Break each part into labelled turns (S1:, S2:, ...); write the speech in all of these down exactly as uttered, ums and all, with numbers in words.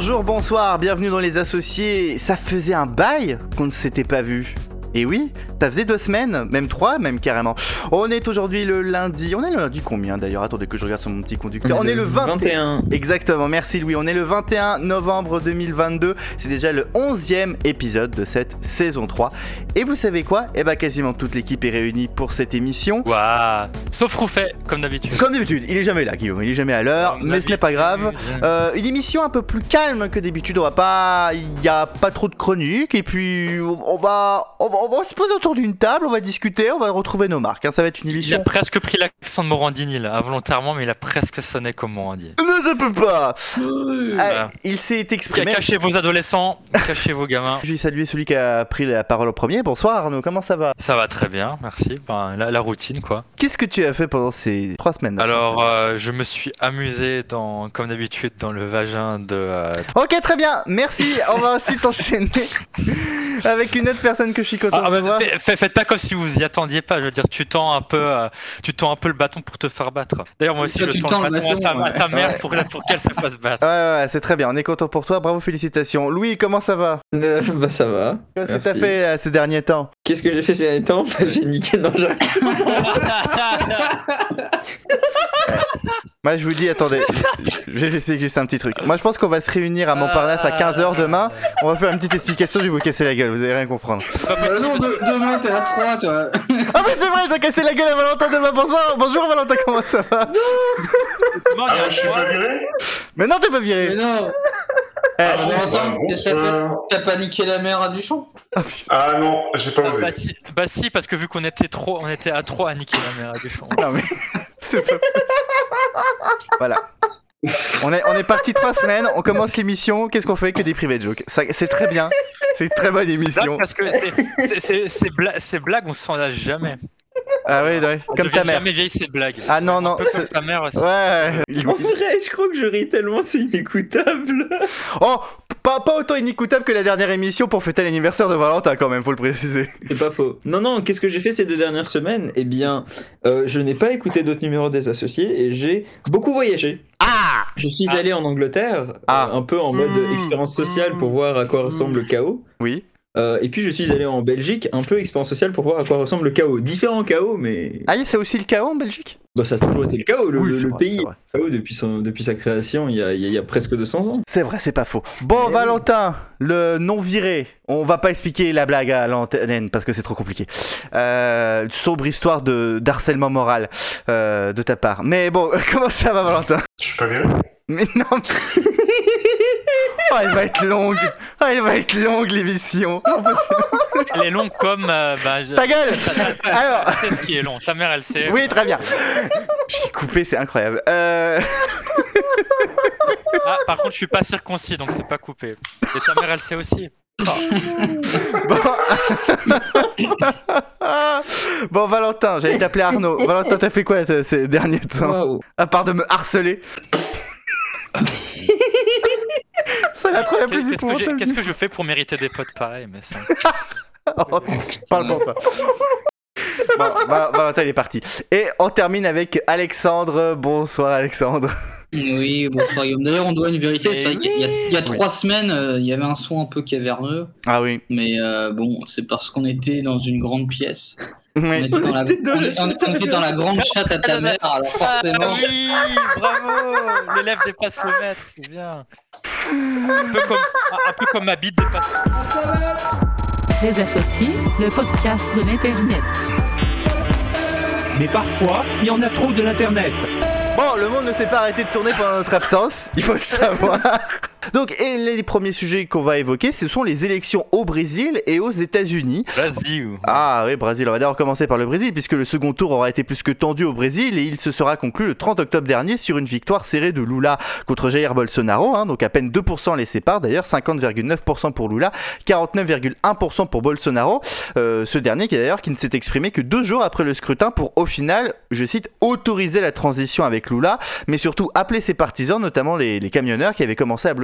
S1: Bonjour, bonsoir, bienvenue dans Les Associés. Ça faisait un bail qu'on ne s'était pas vu. Et oui, ça faisait deux semaines, même trois, même carrément. On est aujourd'hui le lundi. On est le lundi combien d'ailleurs? Attendez que je regarde sur mon petit conducteur. On, on est le vingt... vingt et un. Exactement, merci Louis. On est le vingt et un novembre deux mille vingt-deux. C'est déjà le onzième épisode de cette saison trois. Et vous savez quoi? Eh bah, quasiment toute l'équipe est réunie pour cette émission.
S2: Waouh. Sauf Rouffet, comme d'habitude.
S1: Comme d'habitude, il est jamais là, Guillaume. Il est jamais à l'heure, comme mais ce n'est pas grave. Euh, une émission un peu plus calme que d'habitude. On va pas, il y a pas trop de chroniques. Et puis on va, on va. On va se poser autour d'une table, on va discuter, on va retrouver nos marques. Hein. Ça va être une émission.
S2: Il a presque pris l'accent de Morandini là, involontairement, mais il a presque sonné comme Morandini.
S1: Non, ça peut pas.
S2: Oui,
S1: ah,
S2: voilà.
S1: Il s'est exprimé.
S2: Cachez vos adolescents, cachez vos gamins.
S1: Je vais saluer celui qui a pris la parole au premier. Bonsoir Arnaud, comment ça va?
S2: Ça va très bien, merci. Ben, la, la routine quoi.
S1: Qu'est-ce que tu as fait pendant ces trois semaines?
S2: Alors, euh, je me suis amusé, dans, comme d'habitude, dans le vagin de. Euh...
S1: Ok, très bien, merci. On va ensuite enchaîner avec une autre personne que je suis content ah, de
S2: bah,
S1: voir.
S2: Fait, faites pas comme si vous y attendiez pas. Je veux dire, tu tends un peu, euh, tu tends un peu le bâton pour te faire battre. D'ailleurs, moi aussi, je tends le bâton, bâton à, ta, ouais. à ta mère ouais. pour, pour qu'elle se fasse battre.
S1: Ouais, ouais, c'est très bien. On est content pour toi. Bravo, félicitations. Louis, comment ça va?
S3: euh, Bah, ça va.
S1: Qu'est-ce Merci. que t'as fait euh, ces derniers temps?
S3: Qu'est-ce que j'ai fait ces derniers temps? Bah, j'ai niqué. Non, j'arrête.
S1: Moi je vous dis, attendez, je vais vous expliquer juste un petit truc. Moi je pense qu'on va se réunir à Montparnasse à quinze heures demain. On va faire une petite explication, je vais vous casser la gueule, vous allez rien comprendre.
S3: Euh, non, de, demain t'es à trois toi.
S1: Ah mais c'est vrai, je dois casser la gueule à Valentin demain. Bonsoir, bonjour Valentin, comment ça va?
S4: Non, ah, je suis pas viré.
S1: Mais non, t'es pas viré.
S3: Mais non. Eh, ah, Valentin, qu'est-ce que t'as fait? T'as paniqué la mère à Duchamp?
S4: Ah, ah non, j'ai pas osé.
S2: Ah, bah, si, bah si, parce que vu qu'on était trop, on était à trois à niquer la mère à Duchamp.
S1: Non mais c'est pas. Voilà. On est, on est parti trois semaines, on commence l'émission, qu'est-ce qu'on fait? Que des private jokes. Ça, c'est très bien, c'est une très bonne émission.
S2: Parce que c'est, c'est, c'est, c'est bla- ces blagues, on s'en lâche jamais.
S1: Ah oui, oui.
S2: On
S1: comme ta mère.
S2: Jamais vieille ces blagues.
S1: Ah non, non.
S2: Un peu comme ta mère aussi.
S1: Ouais.
S3: En vrai, je crois que je ris tellement, c'est inécoutable.
S1: Oh, pas, pas autant inécoutable que la dernière émission pour fêter l'anniversaire de Valentin quand même, faut le préciser.
S3: C'est pas faux. Non, non, qu'est-ce que j'ai fait ces deux dernières semaines? Eh bien, euh, je n'ai pas écouté d'autres numéros des associés et j'ai beaucoup voyagé.
S1: Ah!
S3: Je suis
S2: ah.
S3: allé en Angleterre,
S1: ah.
S3: euh, un peu en mode mmh. expérience sociale pour voir à quoi ressemble le chaos.
S1: Oui.
S3: Euh, et puis je suis allé en Belgique, un peu expérience sociale pour voir à quoi ressemble le chaos. Différents chaos, mais...
S1: Ah, c'est aussi le chaos en Belgique?
S3: Bah ça a toujours été le chaos, le,
S1: oui,
S3: le, le
S1: vrai,
S3: pays chaos depuis, son, depuis sa création, il y, a, il y a presque deux cents ans.
S1: C'est vrai, c'est pas faux. Bon, mais Valentin, oui. le non-viré, on va pas expliquer la blague à l'antenne parce que c'est trop compliqué. Euh, sombre histoire de, d'harcèlement moral euh, de ta part. Mais bon, comment ça va Valentin?
S4: Je suis pas viré.
S1: Mais non mais... Oh, elle va être longue. Oh, elle va être longue l'émission.
S2: Elle est longue comme. Euh, bah, je...
S1: Ta gueule. Alors.
S2: Tu sais ce qui est long. Ta mère, elle sait.
S1: Oui, très bien. J'ai coupé, c'est incroyable. Euh...
S2: Ah, par contre, je suis pas circoncis, donc c'est pas coupé. Et ta mère, elle sait aussi.
S1: Oh. Bon. Bon, Valentin, j'allais t'appeler Arnaud. Valentin, t'as fait quoi t- ces derniers temps? Wow. À part de me harceler. Ça l'a trop la plus
S2: qu'est-ce, que j'ai, qu'est-ce que je fais pour mériter des potes pareils, mais ça...
S1: Oh, parle pas pas. Bon, Valentin il est parti. Et on termine avec Alexandre. Bonsoir Alexandre.
S5: Oui, bonsoir Guillaume. D'ailleurs, on doit une vérité. C'est vrai qu'il y a, il y a trois oui. semaines, euh, il y avait un son un peu caverneux.
S1: Ah oui.
S5: Mais euh, bon, c'est parce qu'on était dans une grande pièce.
S1: Oui.
S5: On, était dans la, on, on, on était dans la grande chatte à ta mère, alors forcément.
S2: Ah oui, bravo. L'élève dépasse le maître, c'est bien. Un peu comme, un peu comme ma bite dépasse.
S6: Les associés, le podcast de l'internet.
S7: Mais parfois, il y en a trop de l'internet.
S1: Bon, le monde ne s'est pas arrêté de tourner pendant notre absence, il faut le savoir. Donc, et les premiers sujets qu'on va évoquer, ce sont les élections au Brésil et aux États-Unis.
S2: Brésil.
S1: Ah oui, Brésil. On va d'abord commencer par le Brésil, puisque le second tour aura été plus que tendu au Brésil et il se sera conclu le trente octobre dernier sur une victoire serrée de Lula contre Jair Bolsonaro. Hein, donc à peine deux pour cent les séparent d'ailleurs, cinquante virgule neuf pour cent pour Lula, quarante-neuf virgule un pour cent pour Bolsonaro. Euh, ce dernier qui d'ailleurs qui ne s'est exprimé que deux jours après le scrutin pour au final, je cite, autoriser la transition avec Lula, mais surtout appeler ses partisans, notamment les, les camionneurs qui avaient commencé à bloquer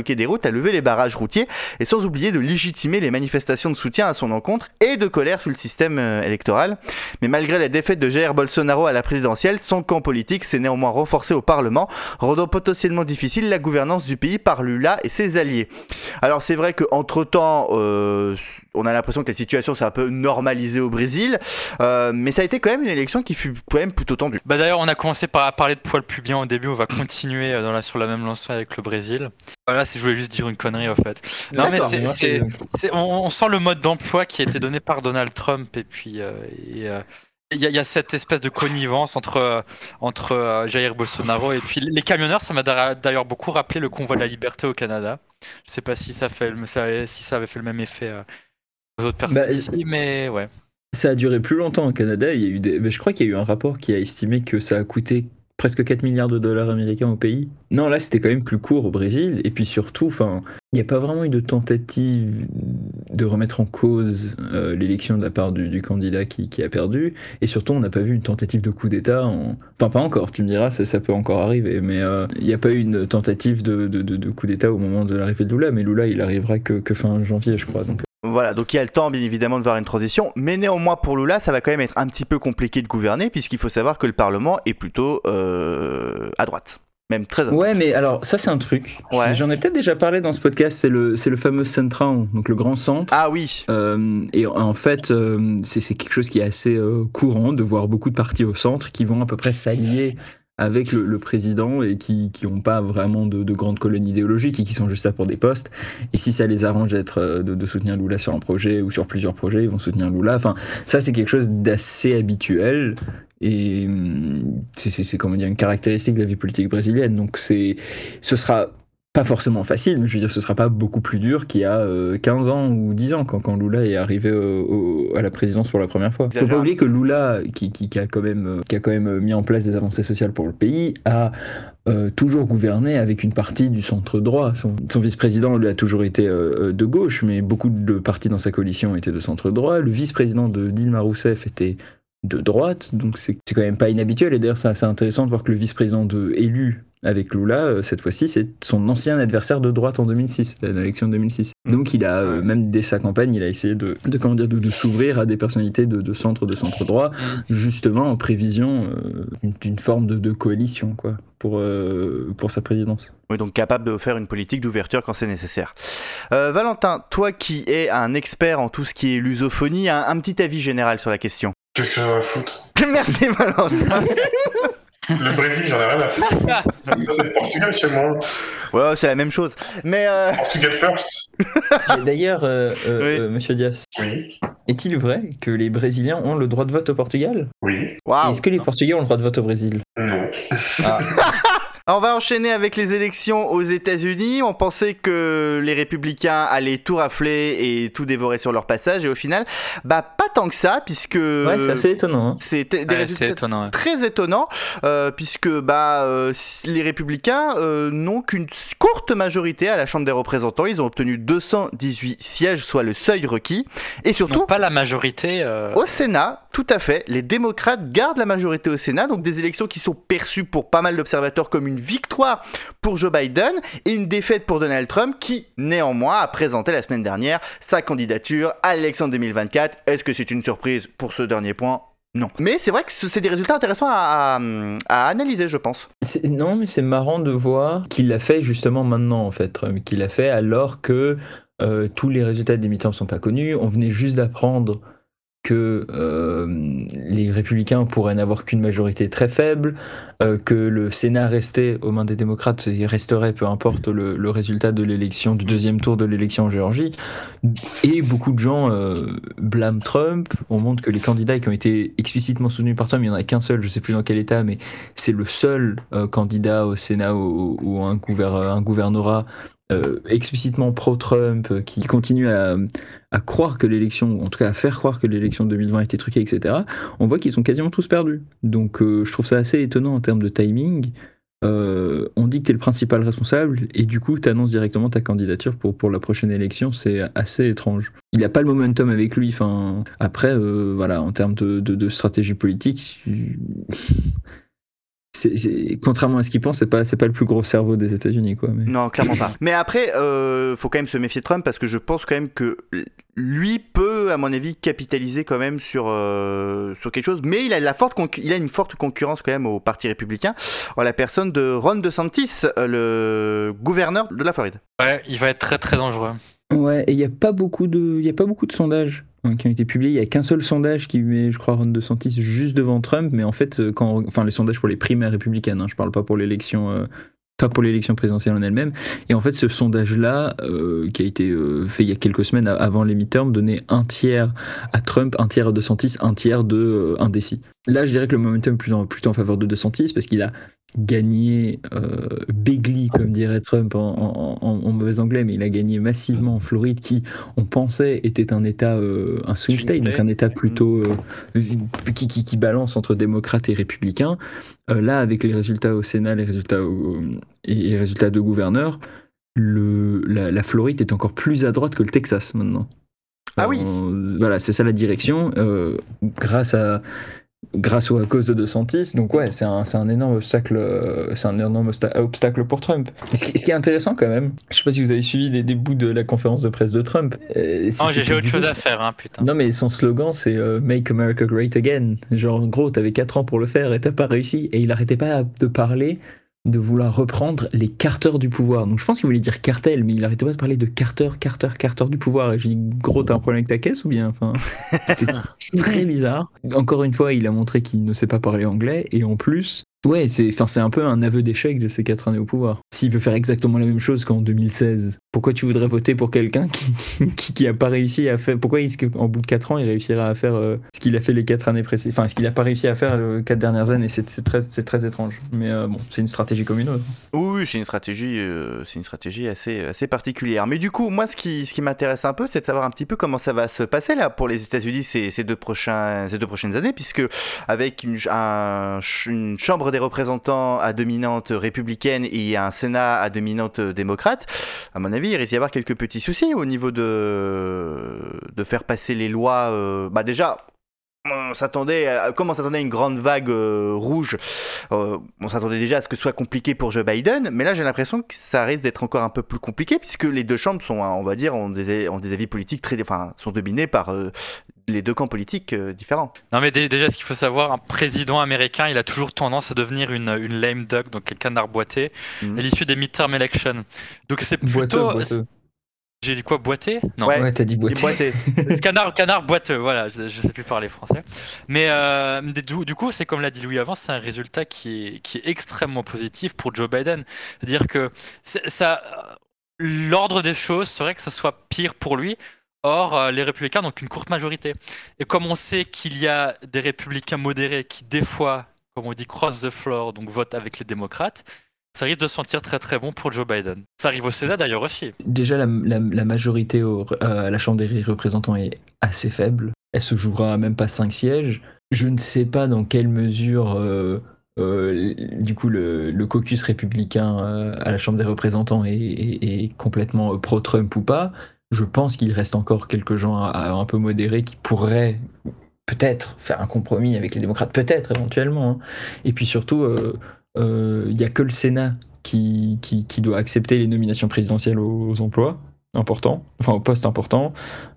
S1: bloquer des routes, à lever les barrages routiers, et sans oublier de légitimer les manifestations de soutien à son encontre et de colère sur le système euh, électoral. Mais malgré la défaite de Jair Bolsonaro à la présidentielle, son camp politique s'est néanmoins renforcé au Parlement, rendant potentiellement difficile la gouvernance du pays par Lula et ses alliés. Alors c'est vrai qu'entre-temps, euh, on a l'impression que la situation s'est un peu normalisée au Brésil, euh, mais ça a été quand même une élection qui fut quand même plutôt tendue.
S2: Bah d'ailleurs, on a commencé par parler de poil pubien au début, on va continuer dans la, sur la même lancée avec le Brésil. Voilà, si je voulais juste dire une connerie en fait. Non mais c'est, c'est, c'est, on, on sent le mode d'emploi qui a été donné par Donald Trump et puis euh, et, euh, il y, y a cette espèce de connivence entre, euh, entre euh, Jair Bolsonaro et puis les camionneurs. Ça m'a d'ailleurs beaucoup rappelé le convoi de la liberté au Canada. Je sais pas si ça, fait, ça, si ça avait fait le même effet euh, aux autres personnes bah, ici, mais ouais.
S3: Ça a duré plus longtemps au Canada. Il y a eu des... Je crois qu'il y a eu un rapport qui a estimé que ça a coûté presque quatre milliards de dollars américains au pays. Non, là, c'était quand même plus court au Brésil. Et puis surtout, il n'y a pas vraiment eu de tentative de remettre en cause euh, l'élection de la part du, du candidat qui, qui a perdu. Et surtout, on n'a pas vu une tentative de coup d'État. En... Enfin, pas encore, tu me diras, ça, ça peut encore arriver. Mais il euh, n'y a pas eu une tentative de, de, de, de coup d'État au moment de l'arrivée de Lula. Mais Lula, il arrivera que, que fin janvier, je crois. Donc...
S1: Voilà, donc il y a le temps bien évidemment de voir une transition, mais néanmoins pour Lula ça va quand même être un petit peu compliqué de gouverner puisqu'il faut savoir que le Parlement est plutôt euh, à droite, même très à droite.
S3: Ouais, mais alors ça c'est un truc, ouais. J'en ai peut-être déjà parlé dans ce podcast, c'est le, c'est le fameux Centrão, donc le grand centre.
S1: Ah oui.
S3: Euh, et en fait euh, c'est, c'est quelque chose qui est assez euh, courant de voir beaucoup de partis au centre qui vont à peu près s'allier avec le, le président et qui qui ont pas vraiment de, de grandes colonnes idéologiques et qui sont juste là pour des postes. Et si ça les arrange d'être de, de soutenir Lula sur un projet ou sur plusieurs projets, ils vont soutenir Lula. Enfin, ça c'est quelque chose d'assez habituel et c'est c'est, c'est comment dire une caractéristique de la vie politique brésilienne. Donc c'est ce sera pas forcément facile, mais je veux dire, ce sera pas beaucoup plus dur qu'il y a euh, quinze ans ou dix ans quand, quand Lula est arrivé au, au, à la présidence pour la première fois. Faut pas oublier que Lula, qui, qui, qui, a quand même, qui a quand même mis en place des avancées sociales pour le pays, a euh, toujours gouverné avec une partie du centre droit. Son, son vice-président lui a toujours été euh, de gauche, mais beaucoup de partis dans sa coalition étaient de centre droit. Le vice-président de Dilma Rousseff était de droite, donc c'est, c'est quand même pas inhabituel. Et d'ailleurs, c'est assez intéressant de voir que le vice-président de, élu avec Lula, cette fois-ci, c'est son ancien adversaire de droite en deux mille six, l'élection de deux mille six. Donc il a, euh, même dès sa campagne, il a essayé de, de, comment dire, de, de s'ouvrir à des personnalités de, de centre, de centre droit, justement en prévision euh, d'une forme de, de coalition, quoi, pour, euh, pour sa présidence.
S1: Oui, donc capable de faire une politique d'ouverture quand c'est nécessaire. Euh, Valentin, toi qui es un expert en tout ce qui est lusophonie, un, un petit avis général sur la question.
S4: Qu'est-ce que j'en ai à foutre ?
S1: Merci Valentin.
S4: Le Brésil, j'en ai rien à foutre. C'est le Portugal chez moi.
S1: Ouais, c'est la même chose. Mais euh...
S4: Portugal first.
S3: D'ailleurs, euh, euh,
S1: oui.
S3: euh, Monsieur Dias,
S4: oui.
S3: Est-il vrai que les Brésiliens ont le droit de vote au Portugal ?
S4: Oui.
S1: Wow.
S3: Est-ce que les Portugais ont le droit de vote au Brésil ?
S4: Non.
S3: Ah.
S1: On va enchaîner avec les élections aux États-Unis. On pensait que les républicains allaient tout rafler et tout dévorer sur leur passage, et au final, bah pas tant que ça, puisque
S3: ouais, c'est assez étonnant. Hein.
S1: C'est des
S2: ouais,
S1: résultats
S2: c'est étonnant, ouais.
S1: très étonnants, euh, puisque bah euh, les républicains euh, n'ont qu'une courte majorité à la Chambre des représentants. Ils ont obtenu deux cent dix-huit sièges, soit le seuil requis, et surtout
S2: non, pas la majorité. Euh...
S1: Au Sénat. Tout à fait, les démocrates gardent la majorité au Sénat, donc des élections qui sont perçues pour pas mal d'observateurs comme une victoire pour Joe Biden et une défaite pour Donald Trump qui, néanmoins, a présenté la semaine dernière sa candidature à l'élection deux mille vingt-quatre. Est-ce que c'est une surprise pour ce dernier point ? Non. Mais c'est vrai que c'est des résultats intéressants à, à, à analyser, je pense.
S3: C'est, non, mais c'est marrant de voir qu'il l'a fait justement maintenant, en fait, Trump, qu'il l'a fait alors que euh, tous les résultats des midterms ne sont pas connus. On venait juste d'apprendre que euh, les républicains pourraient n'avoir qu'une majorité très faible, euh, que le Sénat restait aux mains des démocrates, il resterait peu importe le, le résultat de l'élection, du deuxième tour de l'élection en Géorgie. Et beaucoup de gens euh, blâment Trump. On montre que les candidats qui ont été explicitement soutenus par Trump, il n'y en a qu'un seul, je ne sais plus dans quel état, mais c'est le seul euh, candidat au Sénat ou, ou un, gouver, un gouvernorat Euh, explicitement pro-Trump, euh, qui continue à, à croire que l'élection, en tout cas à faire croire que l'élection de deux mille vingt était truquée, et cetera, on voit qu'ils sont quasiment tous perdus. Donc euh, je trouve ça assez étonnant en termes de timing. Euh, on dit que t'es le principal responsable et du coup t'annonces directement ta candidature pour, pour la prochaine élection. C'est assez étrange. Il n'a pas le momentum avec lui. Enfin, après, euh, voilà, en termes de, de, de stratégie politique, c'est, c'est, contrairement à ce qu'ils pensent, c'est pas, c'est pas le plus gros cerveau des États-Unis, quoi. Mais...
S1: Non, clairement pas. Mais après, euh, faut quand même se méfier de Trump parce que je pense quand même que lui peut, à mon avis, capitaliser quand même sur, euh, sur quelque chose. Mais il a, la forte concu- il a une forte concurrence quand même au Parti républicain, en la personne de Ron DeSantis, le gouverneur de la Floride.
S2: Ouais, il va être très très dangereux.
S3: Ouais, et il n'y a pas beaucoup de, il y a pas beaucoup de sondages hein, qui ont été publiés. Il n'y a qu'un seul sondage qui met, je crois, Ron DeSantis juste devant Trump. Mais en fait, quand, enfin, les sondages pour les primaires républicaines, hein, je parle pas pour l'élection. Euh, pas pour l'élection présidentielle en elle-même. Et en fait, ce sondage-là, euh, qui a été euh, fait il y a quelques semaines avant les midterms, donnait un tiers à Trump, un tiers à DeSantis, un tiers de euh, indécis. Là, je dirais que le momentum est plutôt, plutôt en faveur de DeSantis, parce qu'il a gagné euh, bigly, comme dirait Trump en, en, en, en mauvais anglais, mais il a gagné massivement en Floride, qui, on pensait, était un État, euh, un swing state, donc un État plutôt euh, qui, qui, qui balance entre démocrates et républicains. Euh, là, avec les résultats au Sénat, les résultats au, et les résultats de gouverneur, le, la, la Floride est encore plus à droite que le Texas maintenant.
S1: Ah oui.
S3: Euh, voilà, c'est ça la direction, euh, grâce à grâce ou à cause de DeSantis. Donc ouais, c'est un, c'est un énorme obstacle, c'est un énorme obstacle pour Trump. Ce qui, ce qui est intéressant quand même, je sais pas si vous avez suivi des, des bouts de la conférence de presse de Trump.
S2: Euh, non, j'ai, j'ai autre chose à faire, hein, putain.
S3: Non, mais son slogan c'est euh, Make America Great Again. Genre, en gros, t'avais quatre ans pour le faire et t'as pas réussi. Et il arrêtait pas de parler de vouloir reprendre les Carter du pouvoir. Donc je pense qu'il voulait dire cartel, mais il arrêtait pas de parler de Carter, Carter, Carter du pouvoir. Et j'ai dit, gros, t'as un problème avec ta caisse ou bien enfin, c'était très bizarre. Encore une fois, il a montré qu'il ne sait pas parler anglais, et en plus, ouais, c'est, enfin, c'est un peu un aveu d'échec de ces quatre années au pouvoir. S'il veut faire exactement la même chose qu'en deux mille seize, pourquoi tu voudrais voter pour quelqu'un qui, qui, qui a pas réussi à faire... Pourquoi est-ce qu'en bout de quatre ans, il réussira à faire euh, ce qu'il a fait les quatre années précédentes, enfin, ce qu'il a pas réussi à faire les quatre dernières années, c'est, c'est, très, c'est très étrange. Mais euh, bon, c'est une stratégie comme une autre.
S1: Oui, c'est une stratégie, euh, c'est une stratégie assez, assez particulière. Mais du coup, moi, ce qui, ce qui m'intéresse un peu, c'est de savoir un petit peu comment ça va se passer là pour les États-Unis ces, ces, deux, prochains, ces deux prochaines années, puisque avec une, un, une chambre des représentants à dominante républicaine et un Sénat à dominante démocrate, à mon avis, il risque d'y avoir quelques petits soucis au niveau de, de faire passer les lois. Euh, bah déjà, on s'attendait, à, comme on s'attendait à une grande vague euh, rouge, euh, on s'attendait déjà à ce que ce soit compliqué pour Joe Biden, mais là j'ai l'impression que ça risque d'être encore un peu plus compliqué, puisque les deux chambres sont, on va dire, ont des, ont des avis politiques très, enfin, sont dominés par euh, les deux camps politiques euh, différents.
S2: Non mais d- déjà, ce qu'il faut savoir, un président américain, il a toujours tendance à devenir une, une lame duck, donc un canard boité, mmh. à l'issue des midterm elections. Donc c'est plutôt...
S3: Boiteux, boiteux.
S2: J'ai dit quoi, boité? Non.
S3: Ouais, ouais, t'as dit boité.
S1: boité.
S2: canard, canard boiteux, voilà, je, je sais plus parler français. Mais euh, du, du coup, c'est comme l'a dit Louis avant, c'est un résultat qui est, qui est extrêmement positif pour Joe Biden. C'est-à-dire que c'est, ça, l'ordre des choses serait que ça soit pire pour lui. Or, les républicains n'ont qu'une courte majorité. Et comme on sait qu'il y a des républicains modérés qui, des fois, comme on dit, cross the floor, donc votent avec les démocrates, ça risque de sentir très très bon pour Joe Biden. Ça arrive au Sénat d'ailleurs aussi.
S3: Déjà, la, la, la majorité au, euh, à la Chambre des représentants est assez faible. Elle se jouera à même pas cinq sièges. Je ne sais pas dans quelle mesure, euh, euh, du coup, le, le caucus républicain euh, à la Chambre des représentants est, est, est complètement pro-Trump ou pas. Je pense qu'il reste encore quelques gens à, à un peu modérés qui pourraient peut-être faire un compromis avec les démocrates, peut-être éventuellement. Hein. Et puis surtout... Euh, il euh, n'y a que le Sénat qui, qui, qui doit accepter les nominations présidentielles aux, aux emplois importants, enfin aux postes importants.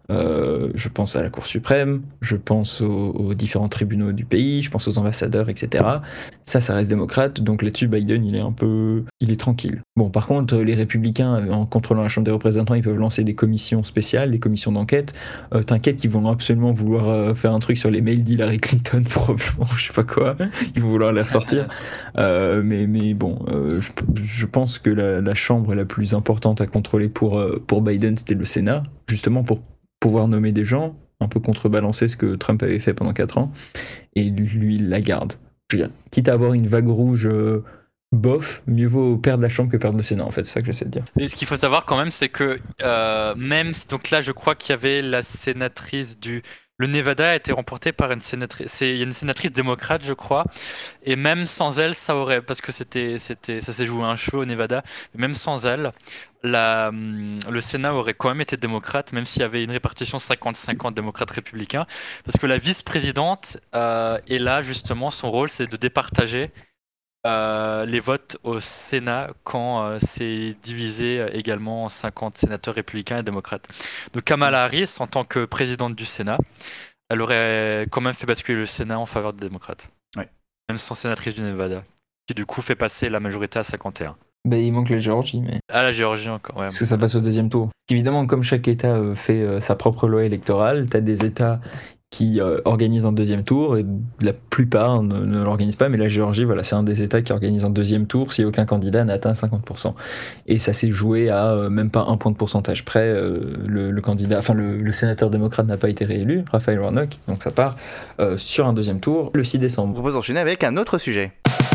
S3: Euh, je pense à la Cour suprême, je pense aux, aux différents tribunaux du pays, je pense aux ambassadeurs, et cetera. Ça, ça reste démocrate, donc là-dessus, Biden, il est un peu... il est tranquille. Bon, par contre, les républicains, en contrôlant la Chambre des représentants, ils peuvent lancer des commissions spéciales, des commissions d'enquête. Euh, t'inquiète, ils vont absolument vouloir euh, faire un truc sur les mails d'Hillary Clinton, probablement, je sais pas quoi. Ils vont vouloir les ressortir. Euh, mais, mais bon, euh, je, je pense que la, la chambre la plus importante à contrôler pour, euh, pour Biden, c'était le Sénat, justement pour pouvoir nommer des gens, un peu contrebalancer ce que Trump avait fait pendant quatre ans, et lui, il la garde. Je veux dire, quitte à avoir une vague rouge euh, bof, mieux vaut perdre la Chambre que perdre le Sénat, en fait, c'est ça que j'essaie de dire.
S2: Et ce qu'il faut savoir quand même, c'est que euh, même, donc là, je crois qu'il y avait la sénatrice du... Le Nevada a été remporté par une sénatrice, c'est, il y a une sénatrice démocrate, je crois, et même sans elle, ça aurait, parce que c'était, c'était, ça s'est joué à un cheveu au Nevada, mais même sans elle, la, le Sénat aurait quand même été démocrate, même s'il y avait une répartition cinquante cinquante démocrates-républicains, parce que la vice-présidente euh, est là, justement, son rôle, c'est de départager euh, les votes au Sénat quand euh, c'est divisé également en cinquante sénateurs républicains et démocrates. Donc Kamala Harris, en tant que présidente du Sénat, elle aurait quand même fait basculer le Sénat en faveur des démocrates.
S1: Ouais.
S2: Même sans sénatrice du Nevada, qui du coup fait passer la majorité à cinquante et un.
S3: Bah, il manque la Géorgie, mais.
S2: Ah, la Géorgie encore, ouais.
S3: Parce que ça passe au deuxième tour. Évidemment, comme chaque État euh, fait euh, sa propre loi électorale, t'as des États qui euh, organisent un deuxième tour et la plupart ne, ne l'organisent pas. Mais la Géorgie, voilà, c'est un des États qui organise un deuxième tour si aucun candidat n'a atteint cinquante pour cent. Et ça s'est joué à euh, même pas un point de pourcentage près. Euh, le, le candidat, enfin le, le sénateur démocrate n'a pas été réélu, Raphaël Warnock. Donc ça part euh, sur un deuxième tour le six
S1: Je
S3: décembre.
S1: vous propose d'enchaîner avec un autre sujet.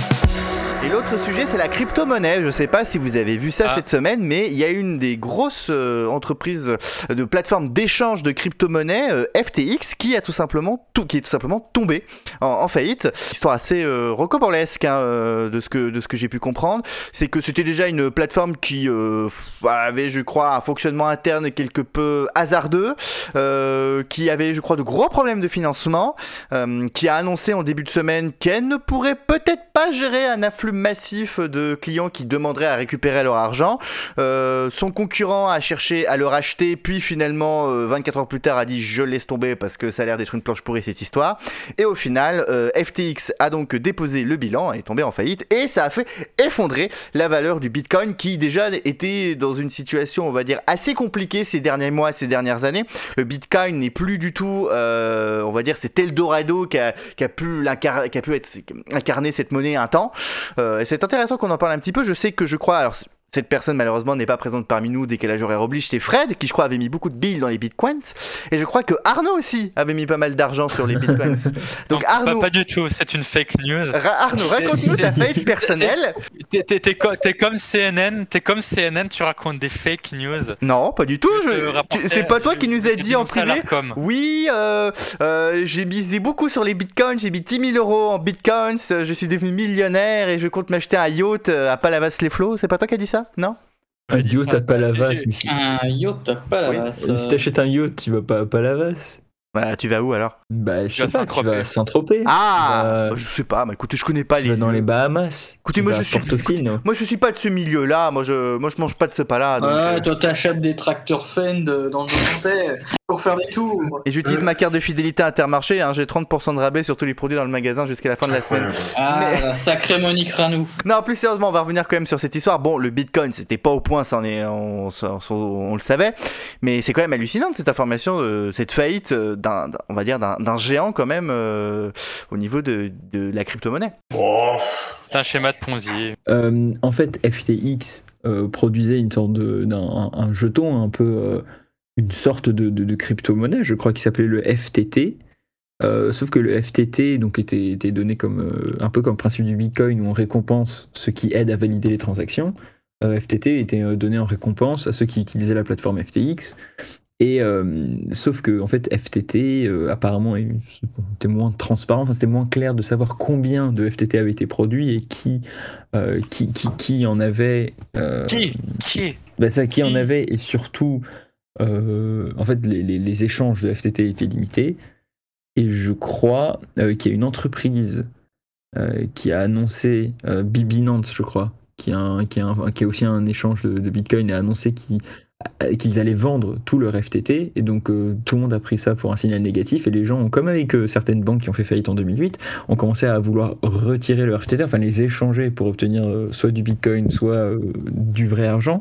S1: Et l'autre sujet, c'est la crypto-monnaie. Je ne sais pas si vous avez vu ça
S2: Ah.
S1: cette semaine, mais il y a une des grosses euh, entreprises de plateformes d'échange de crypto-monnaie, euh, F T X, qui a tout simplement tout, qui est tout simplement tombée en, en faillite. Histoire assez euh, rocambolesque hein, euh, de ce que de ce que j'ai pu comprendre, c'est que c'était déjà une plateforme qui euh, avait, je crois, un fonctionnement interne quelque peu hasardeux, euh, qui avait, je crois, de gros problèmes de financement, euh, qui a annoncé en début de semaine qu'elle ne pourrait peut-être pas gérer un afflux massif de clients qui demanderaient à récupérer leur argent. Euh, son concurrent a cherché à le racheter, puis finalement, euh, vingt-quatre heures plus tard, a dit je laisse tomber parce que ça a l'air d'être une planche pourrie cette histoire. Et au final, euh, F T X a donc déposé le bilan, est tombé en faillite, et ça a fait effondrer la valeur du Bitcoin qui déjà était dans une situation, on va dire, assez compliquée ces derniers mois, ces dernières années. Le Bitcoin n'est plus du tout, euh, on va dire, c'est Eldorado qui a, qui a pu l'incar- qui a pu être incarner cette monnaie un temps. Euh, et c'est intéressant qu'on en parle un petit peu. Je sais que je crois, alors cette personne malheureusement n'est pas présente parmi nous, décalage horaire oblige, c'est Fred qui je crois avait mis beaucoup de billes dans les bitcoins, et je crois que Arnaud aussi avait mis pas mal d'argent sur les bitcoins. Donc
S2: Non,
S1: Arnaud,
S2: pas, pas du tout, c'est une fake news.
S1: Ra- Arnaud, raconte-nous ta faillite personnelle.
S2: T'es, t'es- t'es co- t'es comme C N N, t'es comme C N N, tu racontes des fake news.
S1: Non, pas du tout.
S2: Je
S1: je-
S2: te rapportais-
S1: tu- C'est pas toi
S2: je-
S1: qui nous
S2: je
S1: as
S2: t'ai
S1: dit en
S2: dénoncé à
S1: privé.
S2: l'Arcom.
S1: Oui, euh, euh, j'ai misé beaucoup sur les bitcoins, j'ai mis dix mille euros en bitcoins, euh, je suis devenu millionnaire et je compte m'acheter un yacht euh, à Palavas-les-Flots. C'est pas toi qui as dit ça? Non?
S3: Un
S2: J'ai dit
S3: yacht
S2: ça.
S3: à Palavas,
S2: J'ai-
S3: mais si,
S5: Un yacht, t'as pas la
S1: Oui.
S5: masse,
S3: si
S5: euh,
S3: t'achètes un yacht, tu vas pas à Palavas.
S1: Bah, tu vas où alors?
S3: Bah,
S2: Tu vas
S3: je sais
S2: à
S3: pas, tu
S2: Saint-Tropez.
S3: vas à Saint-Tropez.
S1: Ah,
S3: Euh,
S1: bah, je sais pas, bah écoutez, je connais pas
S3: tu
S1: les.
S3: vas dans
S1: lieux.
S3: les Bahamas.
S1: Écoutez,
S3: tu
S1: moi
S3: vas
S1: je
S3: à
S1: suis.
S3: Portofino.
S1: Moi je suis pas de ce milieu-là, moi je, moi je mange pas de ce pas-là. donc, euh,
S5: Ouais, toi t'achètes des tracteurs Fend dans le Nantais pour faire des tours.
S1: Et j'utilise ma carte de fidélité Intermarché, hein, j'ai trente pour cent de rabais sur tous les produits dans le magasin jusqu'à la fin de la semaine.
S5: Ah,
S1: Mais-
S5: la sacrée Monique Ranou.
S1: Non, plus sérieusement, on va revenir quand même sur cette histoire. Bon, le Bitcoin, c'était pas au point, ça, on, est, on, on, on- on le savait, mais c'est quand même hallucinant cette information, euh, cette faillite euh, d'un, d'un- on va dire d'un, d'un géant quand même euh, au niveau de, de la crypto-monnaie.
S4: Oh,
S2: C'est un schéma de Ponzi.
S3: Euh, en fait, F T X euh, produisait une sorte de d'un un, un jeton, un peu euh, une sorte de, de, de crypto-monnaie, je crois qu'il s'appelait le F T T. Euh, sauf que le F T T donc était, était donné comme euh, un peu comme le principe du Bitcoin où on récompense ceux qui aident à valider les transactions. Euh, F T T était euh, donné en récompense à ceux qui utilisaient la plateforme F T X. Et euh, sauf que en fait F T T euh, apparemment était moins transparent, enfin c'était moins clair de savoir combien de F T T avaient été produits et qui euh, qui, qui qui en avait. Euh,
S2: Qui Qui
S3: bah, ça, qui en
S5: Qui
S3: avait et surtout euh, en fait les, les, les échanges de F T T étaient limités. Et je crois euh, qu'il y a une entreprise euh, qui a annoncé, euh, Binance je crois, qui a, un, qui, a un, qui a aussi un échange de, de Bitcoin, a annoncé qu'ils, qu'ils allaient vendre tout leur F T T. Et donc euh, tout le monde a pris ça pour un signal négatif. Et les gens, ont, comme avec euh, certaines banques qui ont fait faillite en deux mille huit, ont commencé à vouloir retirer leur F T T, enfin les échanger pour obtenir euh, soit du Bitcoin, soit euh, du vrai argent.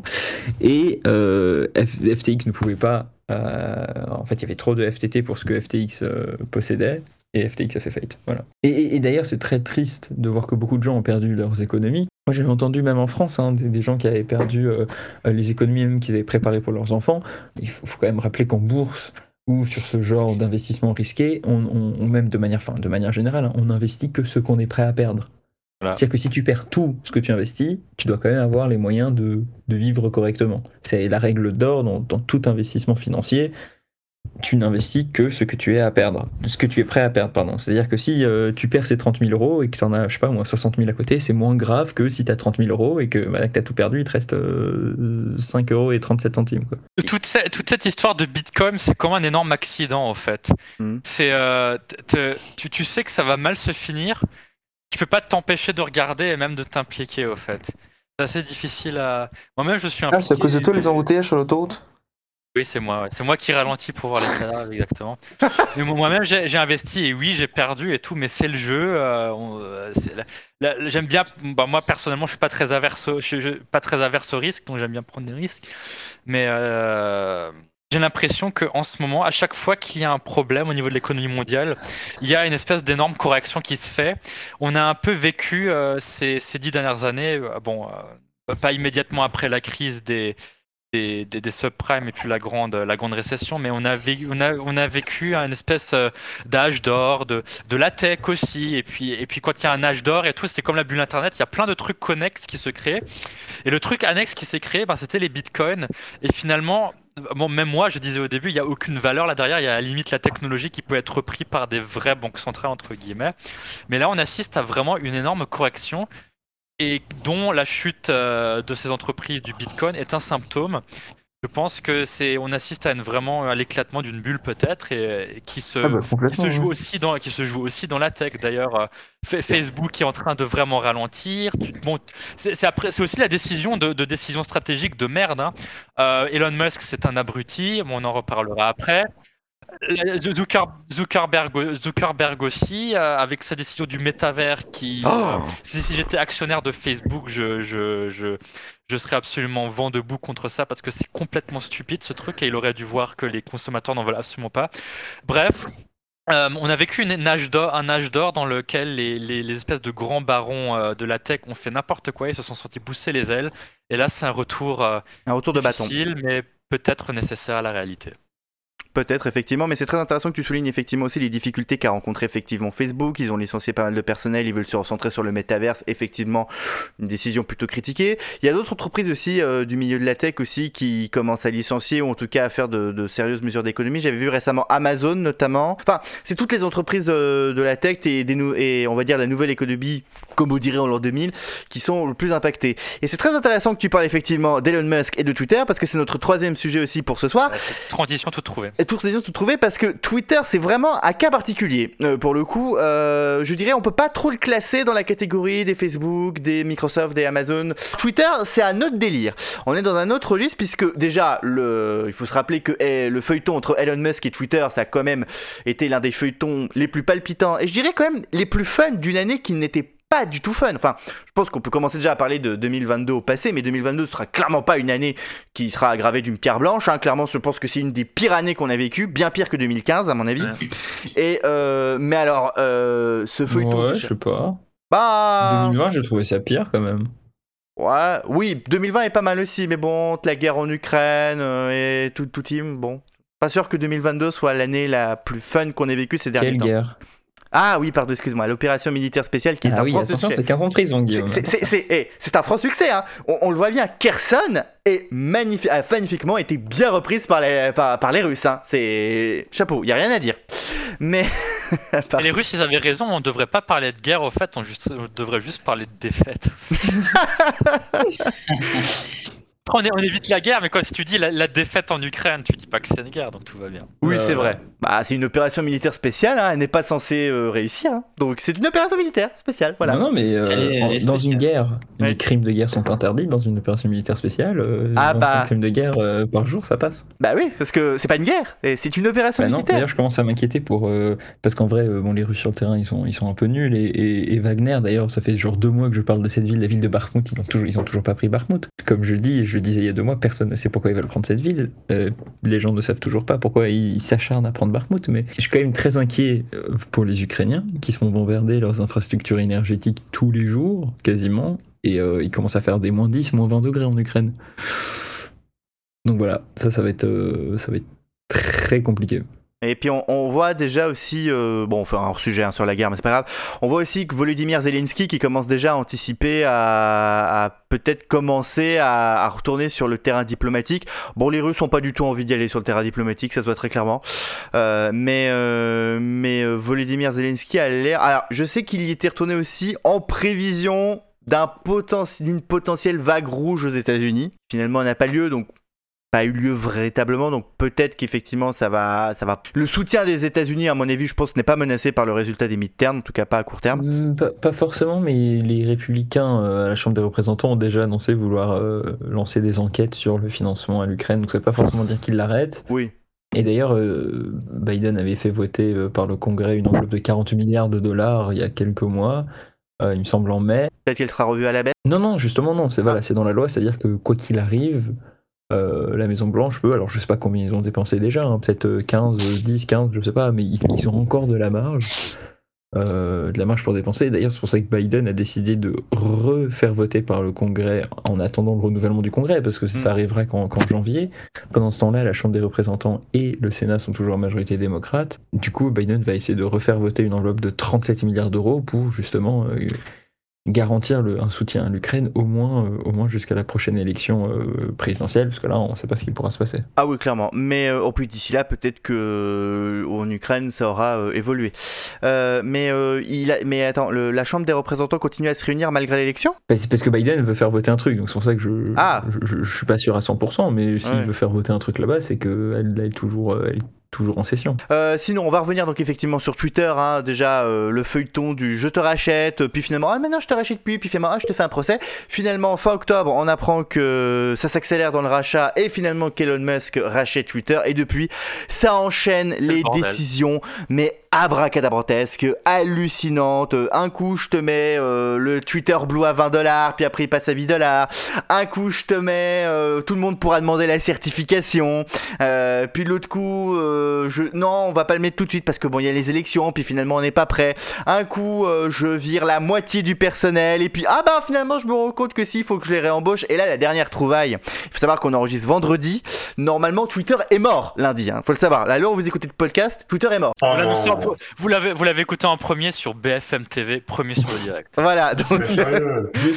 S3: Et euh, F- F T X ne pouvait pas... Euh, en fait, il y avait trop de F T T pour ce que F T X euh, possédait, et F T X a fait faillite. Voilà. Et, et- et d'ailleurs, c'est très triste de voir que beaucoup de gens ont perdu leurs économies. Moi, j'avais entendu même en France hein, des, des gens qui avaient perdu euh, les économies même qu'ils avaient préparées pour leurs enfants. Il faut, faut quand même rappeler qu'en bourse ou sur ce genre d'investissement risqué, on, on- on même de manière, enfin, de manière générale, hein, on n'investit que ce qu'on est prêt à perdre.
S2: Voilà.
S3: C'est-à-dire que si tu perds tout ce que tu investis, tu dois quand même avoir les moyens de, de vivre correctement. C'est la règle d'or dans, dans tout investissement financier. Tu n'investis que ce que tu es à perdre, ce que tu es prêt à perdre, pardon. C'est-à-dire que si euh, tu perds ces trente mille euros et que tu en as, je sais pas, moi, soixante mille à côté, c'est moins grave que si tu as trente mille euros et que, bah, que tu as tout perdu, il te reste euh, cinq euros et trente-sept centimes. Quoi.
S2: Toute, ce- toute cette histoire de Bitcoin, c'est comme un énorme accident en fait.
S1: Mhm.
S2: C'est, euh, t- t- tu, tu sais que ça va mal se finir. tu peux pas t'empêcher de regarder et même de t'impliquer au fait. C'est assez difficile à. Moi-même, je suis impliqué.
S8: Ah, c'est à cause de toi les embouteillages sur l'autoroute?
S2: Oui, c'est moi. Ouais. C'est moi qui ralentis pour voir les cadavres, exactement. Mais moi-même, j'ai, j'ai investi et oui, j'ai perdu et tout, mais c'est le jeu. Euh, on, euh, c'est la, la, j'aime bien. Bah, moi, personnellement, je suis pas très averse, au, je, je, pas très averse au risque, donc j'aime bien prendre des risques. Mais euh, j'ai l'impression qu'en ce moment, à chaque fois qu'il y a un problème au niveau de l'économie mondiale, il y a une espèce d'énorme correction qui se fait. On a un peu vécu euh, ces, ces dix dernières années. Euh, bon, euh, pas immédiatement après la crise des Des, des, des subprimes et puis la grande, la grande récession, mais on a vécu, on a, on a vécu un espèce d'âge d'or, de, de la tech aussi, et puis, et puis quand il y a un âge d'or et tout, c'était comme la bulle internet, il y a plein de trucs connexes qui se créent, et le truc annexe qui s'est créé, ben, c'était les bitcoins, et finalement, bon, même moi, je disais au début, il n'y a aucune valeur là derrière, il y a à la limite la technologie qui peut être reprise par des vraies banques centrales, entre guillemets, mais là on assiste à vraiment une énorme correction, et dont la chute euh, de ces entreprises du Bitcoin est un symptôme. Je pense que c'est, on assiste à une, vraiment à l'éclatement d'une bulle peut-être et, et qui se,
S8: ah bah,
S2: qui se joue
S8: ouais.
S2: aussi dans, qui se joue aussi dans la tech. D'ailleurs, euh, Facebook qui est en train de vraiment ralentir. Tu, bon, c'est, c'est après, c'est aussi la décision de, de décision stratégique de merde. Hein. Euh, Elon Musk, c'est un abruti. Bon, on en reparlera après. Zucker, Zuckerberg, Zuckerberg aussi, euh, avec sa décision du métavers qui...
S1: Oh.
S2: Euh, si, si j'étais actionnaire de Facebook, je, je, je, je serais absolument vent debout contre ça parce que c'est complètement stupide ce truc et il aurait dû voir que les consommateurs n'en veulent absolument pas. Bref, euh, on a vécu une âge d'or, un âge d'or dans lequel les, les, les espèces de grands barons euh, de la tech ont fait n'importe quoi, ils se sont sentis pousser les ailes et là c'est un retour, euh,
S1: un retour de bâton.
S2: difficile mais peut-être nécessaire à la réalité.
S1: Peut-être, effectivement, mais c'est très intéressant que tu soulignes effectivement aussi les difficultés qu'a rencontré effectivement Facebook. Ils ont licencié pas mal de personnel, ils veulent se recentrer sur le métaverse. Effectivement, une décision plutôt critiquée. Il y a d'autres entreprises aussi euh, du milieu de la tech aussi qui commencent à licencier ou en tout cas à faire de, de sérieuses mesures d'économie. J'avais vu récemment Amazon notamment. Enfin, c'est toutes les entreprises de, de la tech et, des nou- et on va dire la nouvelle économie, comme on dirait en l'an deux mille, qui sont le plus impactées. Et c'est très intéressant que tu parles effectivement d'Elon Musk et de Twitter parce que c'est notre troisième sujet aussi pour ce soir.
S2: Ouais, c'est transition toute trouvée.
S1: Toutes les tout trouver parce que Twitter c'est vraiment un cas particulier euh, pour le coup euh, je dirais on peut pas trop le classer dans la catégorie des Facebook, des Microsoft, des Amazon. Twitter c'est un autre délire, on est dans un autre registre puisque déjà le, il faut se rappeler que eh, le feuilleton entre Elon Musk et Twitter ça a quand même été l'un des feuilletons les plus palpitants et je dirais quand même les plus fun d'une année qui n'était pas du tout fun. Enfin, je pense qu'on peut commencer déjà à parler de deux mille vingt-deux au passé, mais deux mille vingt-deux sera clairement pas une année qui sera aggravée d'une pierre blanche. Hein. Clairement, je pense que c'est une des pires années qu'on a vécues, bien pire que deux mille quinze à mon avis. Ouais. Et euh, mais alors, euh, ce feuilleton.
S3: Ouais, je sais pas.
S1: Bah.
S3: deux mille vingt, j'ai trouvé ça pire quand même.
S1: Ouais, oui, deux mille vingt est pas mal aussi, mais bon, la guerre en Ukraine euh, et tout, tout team, bon. Pas sûr que deux mille vingt-deux soit l'année la plus fun qu'on ait vécue ces derniers
S3: Quelle
S1: temps.
S3: Quelle guerre?
S1: Ah oui, pardon, excuse-moi, l'opération militaire spéciale qui est
S3: ah
S1: un
S3: oui,
S1: franc
S3: attention,
S1: succès.
S3: C'est quinze ans de prison, Guillaume.
S1: C'est, c'est, c'est, c'est, c'est un franc succès, hein. on, on le voit bien, Kherson est magnifique, a magnifiquement été bien reprise par les, par, par les Russes. Hein. C'est chapeau, il n'y a rien à dire. Mais...
S2: les Russes, ils avaient raison, on ne devrait pas parler de guerre, au fait, on, juste, on devrait juste parler de défaite. On, est, on évite la guerre, mais quand si tu dis la, la défaite en Ukraine, tu dis pas que c'est une guerre, donc tout va bien.
S1: Oui,
S3: euh...
S1: c'est vrai. Bah, c'est une opération militaire spéciale, hein. Elle n'est pas censée euh, réussir. Hein. Donc c'est une opération militaire spéciale, voilà.
S3: Non, non mais euh,
S5: elle est, elle est
S3: en, dans une guerre,
S1: ouais.
S3: les crimes de guerre sont interdits. Dans une opération militaire spéciale, euh,
S1: ah bah...
S3: crimes de guerre euh, par jour, ça passe.
S1: Bah oui, parce que c'est pas une guerre, c'est une opération
S3: bah non,
S1: militaire.
S3: D'ailleurs, je commence à m'inquiéter pour... Euh, parce qu'en vrai, euh, bon, les Russes sur le terrain, ils sont, ils sont un peu nuls. Et, et, et Wagner, d'ailleurs, ça fait genre deux mois que je parle de cette ville, la ville de Bakhmout. Ils ont toujours, ils ont toujours pas pris Bakhmout. Comme je le dis, je le disais il y a deux mois, personne ne sait pourquoi ils veulent prendre cette ville. Euh, les gens ne savent toujours pas pourquoi ils s'acharnent à prendre Bakhmout. Mais je suis quand même très inquiet pour les Ukrainiens qui se font bombarder leurs infrastructures énergétiques tous les jours, quasiment. Et euh, ils commencent à faire des moins dix, moins vingt degrés en Ukraine. Donc voilà, ça, ça va être, euh, ça va être très compliqué.
S1: Et puis on, on voit déjà aussi, euh, bon, enfin hors sujet hein, sur la guerre, mais c'est pas grave. On voit aussi que Volodymyr Zelensky qui commence déjà à anticiper, à, à peut-être commencer à, à retourner sur le terrain diplomatique. Bon, les Russes n'ont pas du tout envie d'y aller sur le terrain diplomatique, ça se voit très clairement. Euh, mais euh, mais euh, Volodymyr Zelensky a l'air. Alors, je sais qu'il y était retourné aussi en prévision d'un poten... d'une potentielle vague rouge aux États-Unis. Finalement, elle n'a pas lieu, donc. pas eu lieu véritablement, donc peut-être qu'effectivement ça va, ça va. Le soutien des États-Unis, à mon avis, je pense, n'est pas menacé par le résultat des midterms, en tout cas pas à court terme.
S3: Mmh, pas, pas forcément, mais les républicains euh, à la Chambre des représentants ont déjà annoncé vouloir euh, lancer des enquêtes sur le financement à l'Ukraine, donc ça veut pas forcément dire qu'ils l'arrêtent.
S1: Oui.
S3: Et d'ailleurs, euh, Biden avait fait voter euh, par le Congrès une enveloppe de quarante milliards de dollars il y a quelques mois, euh, il me semble en mai.
S1: Peut-être qu'elle sera revue à la baisse.
S3: Non, non, justement non, c'est voilà, c'est dans la loi, c'est-à-dire que quoi qu'il arrive, euh, la Maison Blanche peut, alors je sais pas combien ils ont dépensé déjà, hein, peut-être quinze, dix, quinze, je sais pas, mais ils, ils ont encore de la marge, euh, de la marge pour dépenser. D'ailleurs, c'est pour ça que Biden a décidé de refaire voter par le Congrès en attendant le renouvellement du Congrès, parce que ça arrivera qu'en, qu'en janvier. Pendant ce temps-là, la Chambre des représentants et le Sénat sont toujours en majorité démocrate. Du coup, Biden va essayer de refaire voter une enveloppe de trente-sept milliards d'euros pour justement euh, garantir le, un soutien à l'Ukraine au moins, euh, au moins jusqu'à la prochaine élection euh, présidentielle, parce que là, on ne sait pas ce qui pourra se passer.
S1: Ah oui, clairement. Mais euh, au plus d'ici là, peut-être que euh, en Ukraine, ça aura euh, évolué. Euh, mais euh, il a, mais attends, le, la Chambre des représentants continue à se réunir malgré l'élection ?
S3: Bah, c'est parce que Biden veut faire voter un truc, donc c'est pour ça que je,
S1: ah.
S3: je, je, je suis pas sûr à cent pour cent, mais s'il ouais. veut faire voter un truc là-bas, c'est qu'elle est toujours, elle est toujours en session.
S1: Euh, sinon, on va revenir donc effectivement sur Twitter, hein, déjà euh, le feuilleton du je te rachète, puis finalement ah maintenant je te rachète plus, puis finalement ah je te fais un procès. Finalement fin octobre, on apprend que ça s'accélère dans le rachat et finalement qu'Elon Musk rachète Twitter et depuis ça enchaîne les décisions, mais abracadabrantesque, hallucinante. Un coup, je te mets euh, le Twitter Blue à vingt dollars, puis après il passe à huit dollars. Un coup, je te mets euh, tout le monde pourra demander la certification. Euh, puis l'autre coup, euh, je... non, on va pas le mettre tout de suite parce que bon, il y a les élections, puis finalement on n'est pas prêt. Un coup, euh, je vire la moitié du personnel, et puis ah bah finalement je me rends compte que si, il faut que je les réembauche. Et là, la dernière trouvaille, il faut savoir qu'on enregistre vendredi. Normalement, Twitter est mort lundi. Hein. Faut le savoir. Là, où vous écoutez le podcast, Twitter est mort.
S2: Oh Vous l'avez, vous l'avez écouté en premier sur B F M T V, premier sur le direct.
S1: Voilà, donc...
S3: Juste,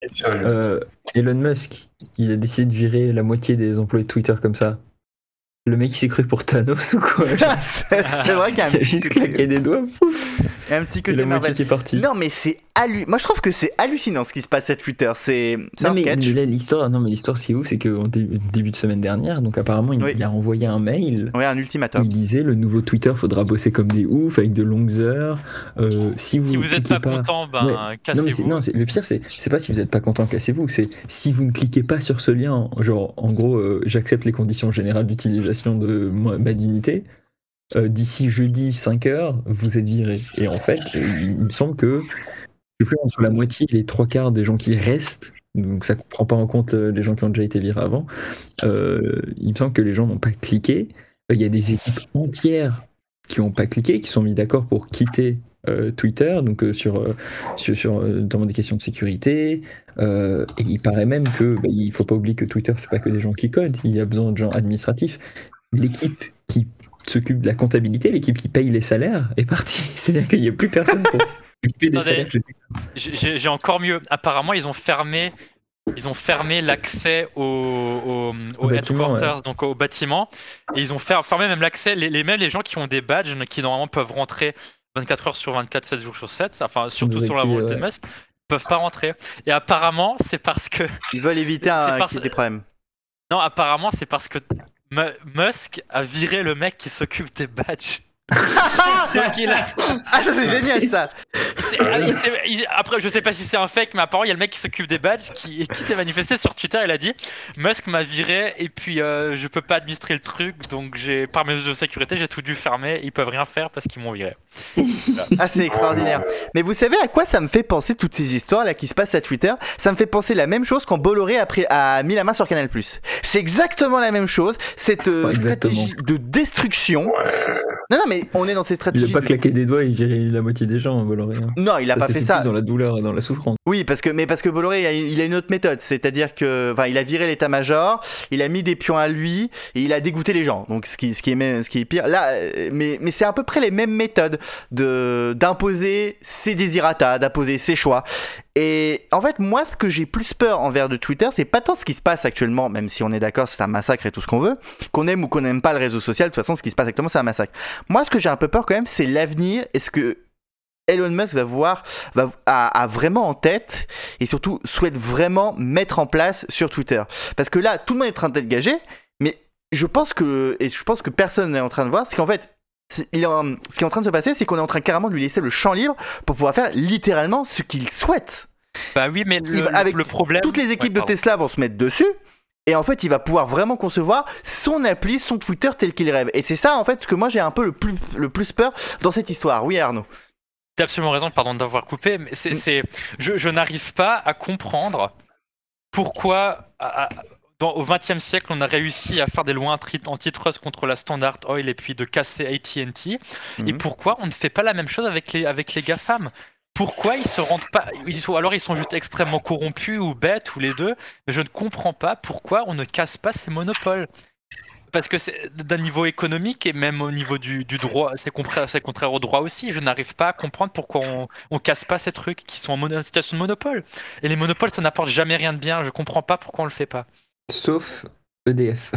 S3: euh, Elon Musk, il a décidé de virer la moitié des employés de Twitter comme ça. Le mec, il s'est cru pour Thanos ou quoi?
S1: c'est, c'est vrai qu'il y a un
S3: il a juste claqué des doigts, pouf.
S1: Et un petit côté
S3: la
S1: Marvel.
S3: Qui est parti.
S1: Non, mais c'est hallu... Moi, je trouve que c'est hallucinant ce qui se passe à Twitter. C'est, c'est
S3: non,
S1: un
S3: mais,
S1: sketch.
S3: Mais là, l'histoire, non, mais l'histoire, c'est ouf, c'est qu'en dé- début de semaine dernière, donc apparemment, il, oui. il a envoyé un mail.
S1: Oui, un ultimatum.
S3: Où il disait le nouveau Twitter, faudra bosser comme des oufs, avec de longues heures. Euh, si vous
S2: si vous n'êtes pas, pas content, ben ouais. cassez-vous.
S3: Non, mais c'est, non c'est, le pire, c'est, c'est pas si vous n'êtes pas content, cassez-vous. C'est si vous ne cliquez pas sur ce lien, genre, en gros, euh, j'accepte les conditions générales d'utilisation de ma dignité. Euh, d'ici jeudi cinq heures, vous êtes viré. Et en fait, il me semble que je sais plus, entre la moitié et les trois quarts des gens qui restent, donc ça ne prend pas en compte les gens qui ont déjà été virés avant, euh, il me semble que les gens n'ont pas cliqué. Il y a des équipes entières qui n'ont pas cliqué, qui sont mis d'accord pour quitter euh, Twitter, donc euh, sur, euh, sur, sur euh, notamment des questions de sécurité. Euh, et il paraît même que bah, il ne faut pas oublier que Twitter, c'est pas que des gens qui codent, il y a besoin de gens administratifs. L'équipe qui s'occupe de la comptabilité, l'équipe qui paye les salaires est partie. C'est-à-dire qu'il n'y a plus personne pour s'occuper des salaires.
S2: J'ai, j'ai encore mieux. Apparemment, ils ont fermé, ils ont fermé l'accès au, au, au, au headquarters, ouais. donc au bâtiment. Et ils ont fermé même l'accès, les, les, même les gens qui ont des badges, qui normalement peuvent rentrer vingt-quatre heures sur vingt-quatre, sept jours sur sept, enfin surtout sur la volonté de Musk, peuvent pas rentrer. Et apparemment, c'est parce que...
S1: Ils veulent éviter un, parce... qu'il y ait des problèmes.
S2: Non, apparemment, c'est parce que Musk a viré le mec qui s'occupe des badges.
S1: Donc il a... Ah, ça c'est génial ça.
S2: C'est, c'est, il, après, je sais pas si c'est un fake, mais apparemment il y a le mec qui s'occupe des badges qui, qui s'est manifesté sur Twitter. Il a dit Musk m'a viré et puis euh, je peux pas administrer le truc, donc j'ai par mesure de sécurité j'ai tout dû fermer. Ils peuvent rien faire parce qu'ils m'ont viré.
S1: Voilà. Ah, c'est extraordinaire. Mais vous savez à quoi ça me fait penser toutes ces histoires là qui se passent à Twitter? Ça me fait penser la même chose quand Bolloré a, pris, a mis la main sur Canal plus. C'est exactement la même chose. Cette euh, stratégie de destruction. Non, non, mais on est dans ces stratégies.
S3: Il a pas
S1: de...
S3: claqué des doigts et viré la moitié des gens, Bolloré. Hein.
S1: Non, il a
S3: ça
S1: pas fait, fait ça.
S3: Plus dans la douleur et dans la souffrance.
S1: Oui, parce que, mais parce que Bolloré, il a, il a une autre méthode. C'est-à-dire que, enfin, il a viré l'état-major, il a mis des pions à lui et il a dégoûté les gens. Donc, ce qui, ce qui est, même, ce qui est pire. Là, mais, mais c'est à peu près les mêmes méthodes de, d'imposer ses désirata, d'imposer ses choix. Et en fait, moi, ce que j'ai plus peur envers de Twitter, c'est pas tant ce qui se passe actuellement, même si on est d'accord, c'est un massacre et tout ce qu'on veut, qu'on aime ou qu'on n'aime pas le réseau social, de toute façon, ce qui se passe actuellement, c'est un massacre. Moi, ce que j'ai un peu peur quand même, c'est l'avenir. Est-ce que Elon Musk va voir, va, a, a vraiment en tête et surtout souhaite vraiment mettre en place sur Twitter? Parce que là, tout le monde est en train d'être gagé, Mais je pense que, et je pense que personne n'est en train de voir, c'est qu'en fait, c'est, il est en- ce qui est en train de se passer, c'est qu'on est en train carrément de lui laisser le champ libre pour pouvoir faire littéralement ce qu'il souhaite.
S2: Bah oui, mais le,
S1: Il va- avec
S2: le problème.
S1: Toutes les équipes
S2: Ouais,
S1: de
S2: pardon.
S1: Tesla vont se mettre dessus. Et en fait, il va pouvoir vraiment concevoir son appli, son Twitter tel qu'il rêve. Et c'est ça, en fait, que moi j'ai un peu le plus, le plus peur dans cette histoire. Oui, Arnaud.
S2: T'as absolument raison, pardon d'avoir coupé, mais c'est, c'est, je, je n'arrive pas à comprendre pourquoi, à- à- dans, au vingtième siècle, on a réussi à faire des lois anti- antitrust contre la Standard Oil et puis de casser A T and T, et
S1: Mhm.
S2: pourquoi on ne fait pas la même chose avec les, avec les GAFAM? Pourquoi ils se rendent pas, ils sont, alors ils sont juste extrêmement corrompus ou bêtes ou les deux, mais je ne comprends pas pourquoi on ne casse pas ces monopoles. Parce que c'est d'un niveau économique et même au niveau du, du droit, c'est contraire, c'est contraire au droit aussi. Je n'arrive pas à comprendre pourquoi on, on casse pas ces trucs qui sont en, mono- en situation de monopole. Et les monopoles, ça n'apporte jamais rien de bien. Je comprends pas pourquoi on le fait pas.
S3: Sauf E D F.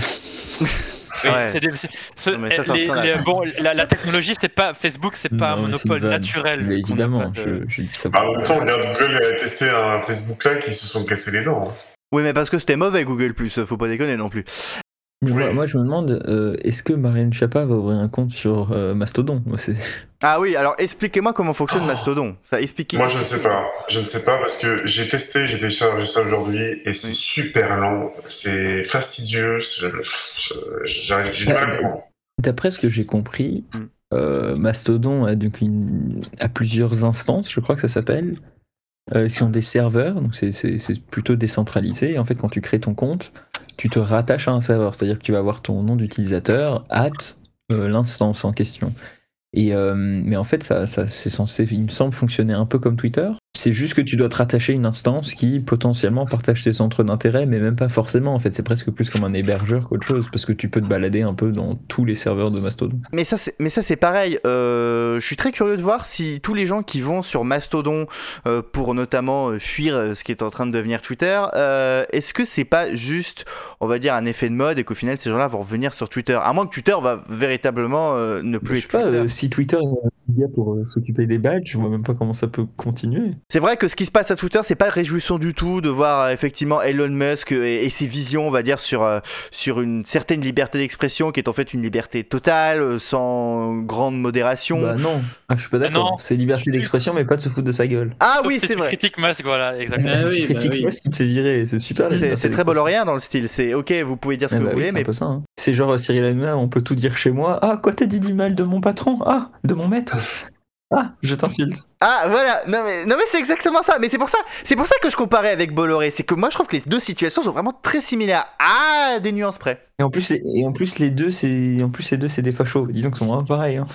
S2: Oui,
S1: Ouais.
S2: c'est des- c'est- ce-
S1: Non, mais ça, c'est un
S2: les-
S1: scandale.
S2: les- bon, la, la technologie, c'est pas Facebook, c'est pas un
S3: Non, mais c'est
S2: monopole
S3: une vanne.
S2: naturel.
S3: Mais
S2: vu qu'on
S3: évidemment,
S2: n'a pas de-
S3: je, je dis ça.
S4: Bah,
S3: pour-
S4: en même temps, regarde, Google a testé un Facebook là qui se sont cassés les dents. hein.
S1: Oui, mais parce que c'était mauvais Google Plus, faut pas déconner non plus.
S3: Mais moi,
S4: Oui.
S3: moi, je me demande, euh, est-ce que Marlène Schiappa va ouvrir un compte sur euh, Mastodon? Moi, c'est-
S1: Ah oui, alors expliquez-moi comment fonctionne Mastodon. Ça explique.
S4: Moi, je ne sais pas. Je ne sais pas parce que j'ai testé, j'ai téléchargé ça aujourd'hui et c'est
S1: Oui.
S4: super lent, c'est fastidieux. je- je- j'arrive- J'ai du mal à comprendre.
S3: D'après ce que j'ai compris,
S1: Mm.
S3: euh, Mastodon a, donc une, a plusieurs instances, je crois que ça s'appelle, euh, qui sont des serveurs, donc c'est, c'est, c'est plutôt décentralisé. Et en fait, quand tu crées ton compte, tu te rattaches à un serveur, c'est-à-dire que tu vas avoir ton nom d'utilisateur, at euh, l'instance en question. Et, euh, mais en fait, ça, ça, c'est censé, il me semble, fonctionner un peu comme Twitter. C'est juste que tu dois te rattacher à une instance qui potentiellement partage tes centres d'intérêt, mais même pas forcément. En fait, c'est presque plus comme un hébergeur qu'autre chose, parce que tu peux te balader un peu dans tous les serveurs de Mastodon.
S1: Mais ça, c'est, mais ça, c'est pareil. Euh, je suis très curieux de voir si tous les gens qui vont sur Mastodon euh, pour notamment euh, fuir euh, ce qui est en train de devenir Twitter, euh, est-ce que c'est pas juste, on va dire, un effet de mode et qu'au final, ces gens-là vont revenir sur Twitter? À moins que Twitter va véritablement euh, ne plus
S3: Je sais
S1: être
S3: pas,
S1: Twitter.
S3: euh, si Twitter est un média pour euh, s'occuper des badges, je vois même pas comment ça peut continuer.
S1: C'est vrai que ce qui se passe à Twitter, c'est pas réjouissant du tout de voir euh, effectivement Elon Musk et, et ses visions, on va dire, sur, euh, sur une certaine liberté d'expression qui est en fait une liberté totale, euh, sans grande modération.
S3: Bah non, ah, je suis pas d'accord.
S2: non.
S3: C'est liberté d'expression, mais pas de se foutre de sa gueule.
S1: ah
S2: Sauf
S1: oui,
S2: si
S1: c'est
S2: tu
S1: vrai.
S2: critiques Musk, voilà, exactement.
S5: Ah oui,
S3: tu
S5: bah
S3: critiques
S5: oui.
S3: Musk, il te fait virer, c'est super. la
S1: C'est,
S3: liberté
S1: c'est très
S3: d'expression.
S1: bolorien dans le style. C'est ok, vous pouvez dire ce
S3: Eh
S1: que
S3: bah
S1: vous
S3: oui,
S1: voulez,
S3: c'est
S1: mais
S3: un peu ça. hein. C'est genre Cyril Hanouna, on peut tout dire chez moi. Ah, quoi t'as dit du mal de mon patron? Ah, de mon maître? Ah, je t'insulte.
S1: ah voilà. Non mais non mais c'est exactement ça. Mais c'est pour ça, c'est pour ça que je comparais avec Bolloré. C'est que moi je trouve que les deux situations sont vraiment très similaires. À des nuances près.
S3: Et en plus, c'est- et en plus les deux, c'est en plus les deux, c'est des fachos. Dis donc, ils sont vraiment pareils. Hein.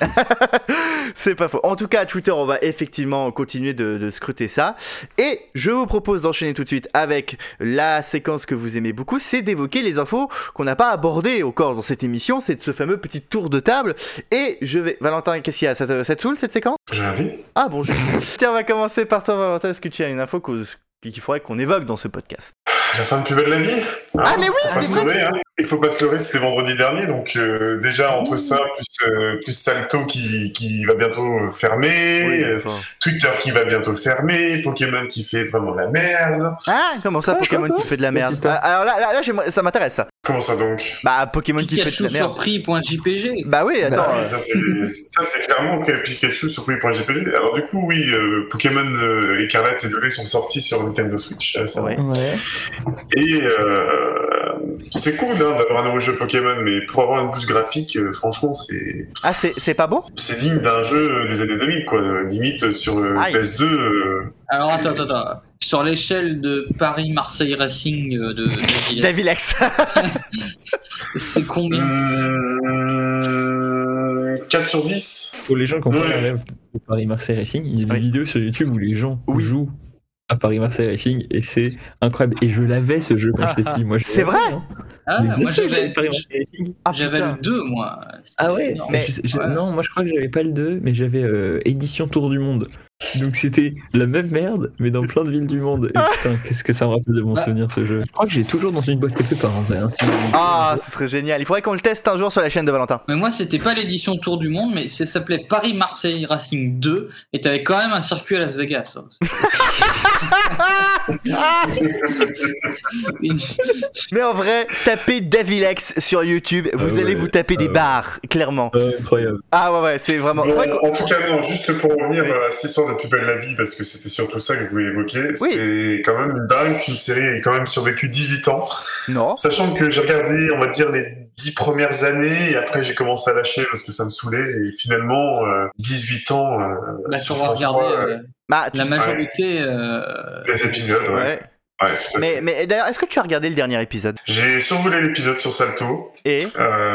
S1: C'est pas faux. En tout cas, à Twitter, on va effectivement continuer de, de scruter ça. Et je vous propose d'enchaîner tout de suite avec la séquence que vous aimez beaucoup, c'est d'évoquer les infos qu'on n'a pas abordées encore dans cette émission. C'est de ce fameux petit tour de table. Et je vais... Valentin, qu'est-ce qu'il y a? Ça te, ça te saoule cette séquence?
S4: J'ai rien dit.
S1: Ah bon, je... Tiens, on va commencer par toi, Valentin. Est-ce que tu as une info qu'au- qu'il faudrait qu'on évoque dans ce podcast?
S4: La fin de Plus belle la vie. hein.
S1: Ah, mais oui,
S4: Faut pas
S1: c'est
S4: se
S1: vrai.
S4: leurrer, hein. Il faut pas se leurrer, c'était vendredi dernier, donc euh, déjà entre ça, plus, euh, plus Salto qui, qui va bientôt fermer, euh,
S1: enfin.
S4: Twitter qui va bientôt fermer, Pokémon qui fait vraiment la merde.
S1: Ah, comment ça,
S3: Ah,
S1: Pokémon
S3: quoi,
S1: qui fait de la
S3: quoi
S1: merde?
S3: C'est ça.
S1: Ah, alors là, là, là j'aimerais- ça m'intéresse ça.
S4: Comment ça donc?
S1: Bah, Pokémon qui fait de
S5: Pikachu
S1: la merde.
S5: surpris.jpg.
S1: Bah oui, attends.
S3: Bah
S4: Oui,
S1: euh,
S4: ça c'est ça, c'est clairement que Pikachu sur Wii.gpg. Alors du coup, oui, euh, Pokémon euh, Écarlate et Violet sont sortis sur Nintendo Switch récemment.
S1: Ouais.
S3: Ouais.
S4: Et euh, c'est cool hein, d'avoir un nouveau jeu Pokémon, mais pour avoir une boost graphique, euh, franchement, c'est
S1: Ah, c'est, c'est pas beau?
S4: c'est digne d'un jeu des années deux mille, quoi. Limite sur euh,
S1: Aïe.
S4: P S deux. euh,
S5: Alors
S4: c'est-
S5: attends, attends, attends. Sur l'échelle de Paris-Marseille Racing euh, de, de Villette,
S1: Davilex.
S5: c'est combien?
S4: Hum, quatre sur dix.
S3: Pour les gens qui ont pas
S4: Ouais.
S3: la rêve de Paris-Marseille Racing, il y a des
S1: Oui.
S3: vidéos sur YouTube où les gens
S1: Oui.
S3: jouent à Paris-Marseille Racing et c'est incroyable. Et je l'avais ce jeu quand j'étais petit. Moi, je
S1: C'est
S3: l'avais,
S1: vrai
S3: hein.
S5: Ah,
S3: Mais bien
S5: moi
S3: sûr,
S5: j'avais
S3: j'avais Paris-Marseille Racing.
S1: Ah,
S5: j'avais
S1: putain.
S5: le deux, moi.
S3: Ah ouais,
S5: C'était
S1: mais-
S3: je sais- je-
S5: ouais.
S3: Non, moi je crois que j'avais pas le deux, mais j'avais euh, édition Tour du Monde. Donc c'était la même merde, mais dans plein de villes du monde. Et putain, qu'est-ce que ça me rappelle de mon souvenir ce jeu. Je crois que j'ai toujours dans une boîte quelque part en vrai. Hein, si
S1: ah, ce serait génial. Il faudrait qu'on le teste un jour sur la chaîne de Valentin.
S5: Mais moi, c'était pas l'édition Tour du Monde, mais ça s'appelait Paris-Marseille Racing deux, et t'avais quand même un circuit à Las Vegas.
S1: Mais en vrai, tapez Davilex sur YouTube, vous
S3: ah
S1: allez
S3: ouais,
S1: vous taper
S3: ah
S1: des
S3: ouais.
S1: barres, clairement.
S3: Euh, incroyable.
S1: Ah ouais, ouais, c'est vraiment.
S4: Bon,
S1: Ouais,
S4: en tout cas, non, juste pour revenir à cette histoire de Plus belle la vie, parce que c'était surtout ça que je voulais évoquer,
S1: Oui.
S4: c'est quand même dingue qu'une série ait quand même survécu dix-huit ans.
S1: Non.
S4: Sachant que j'ai regardé, on va dire, les dix premières années, et après j'ai commencé à lâcher parce que ça me saoulait, et finalement, euh, dix-huit ans. Euh,
S5: bah,
S4: sur
S5: tu vas
S4: France
S5: regarder
S4: trois,
S5: euh,
S1: bah,
S5: la
S1: tu-
S5: majorité. Euh...
S4: des épisodes, ouais.
S1: Ouais.
S4: Ouais, tout à
S1: Mais,
S4: fait.
S1: mais d'ailleurs, est-ce que tu as regardé le dernier épisode?
S4: J'ai survolé l'épisode sur Salto.
S1: Et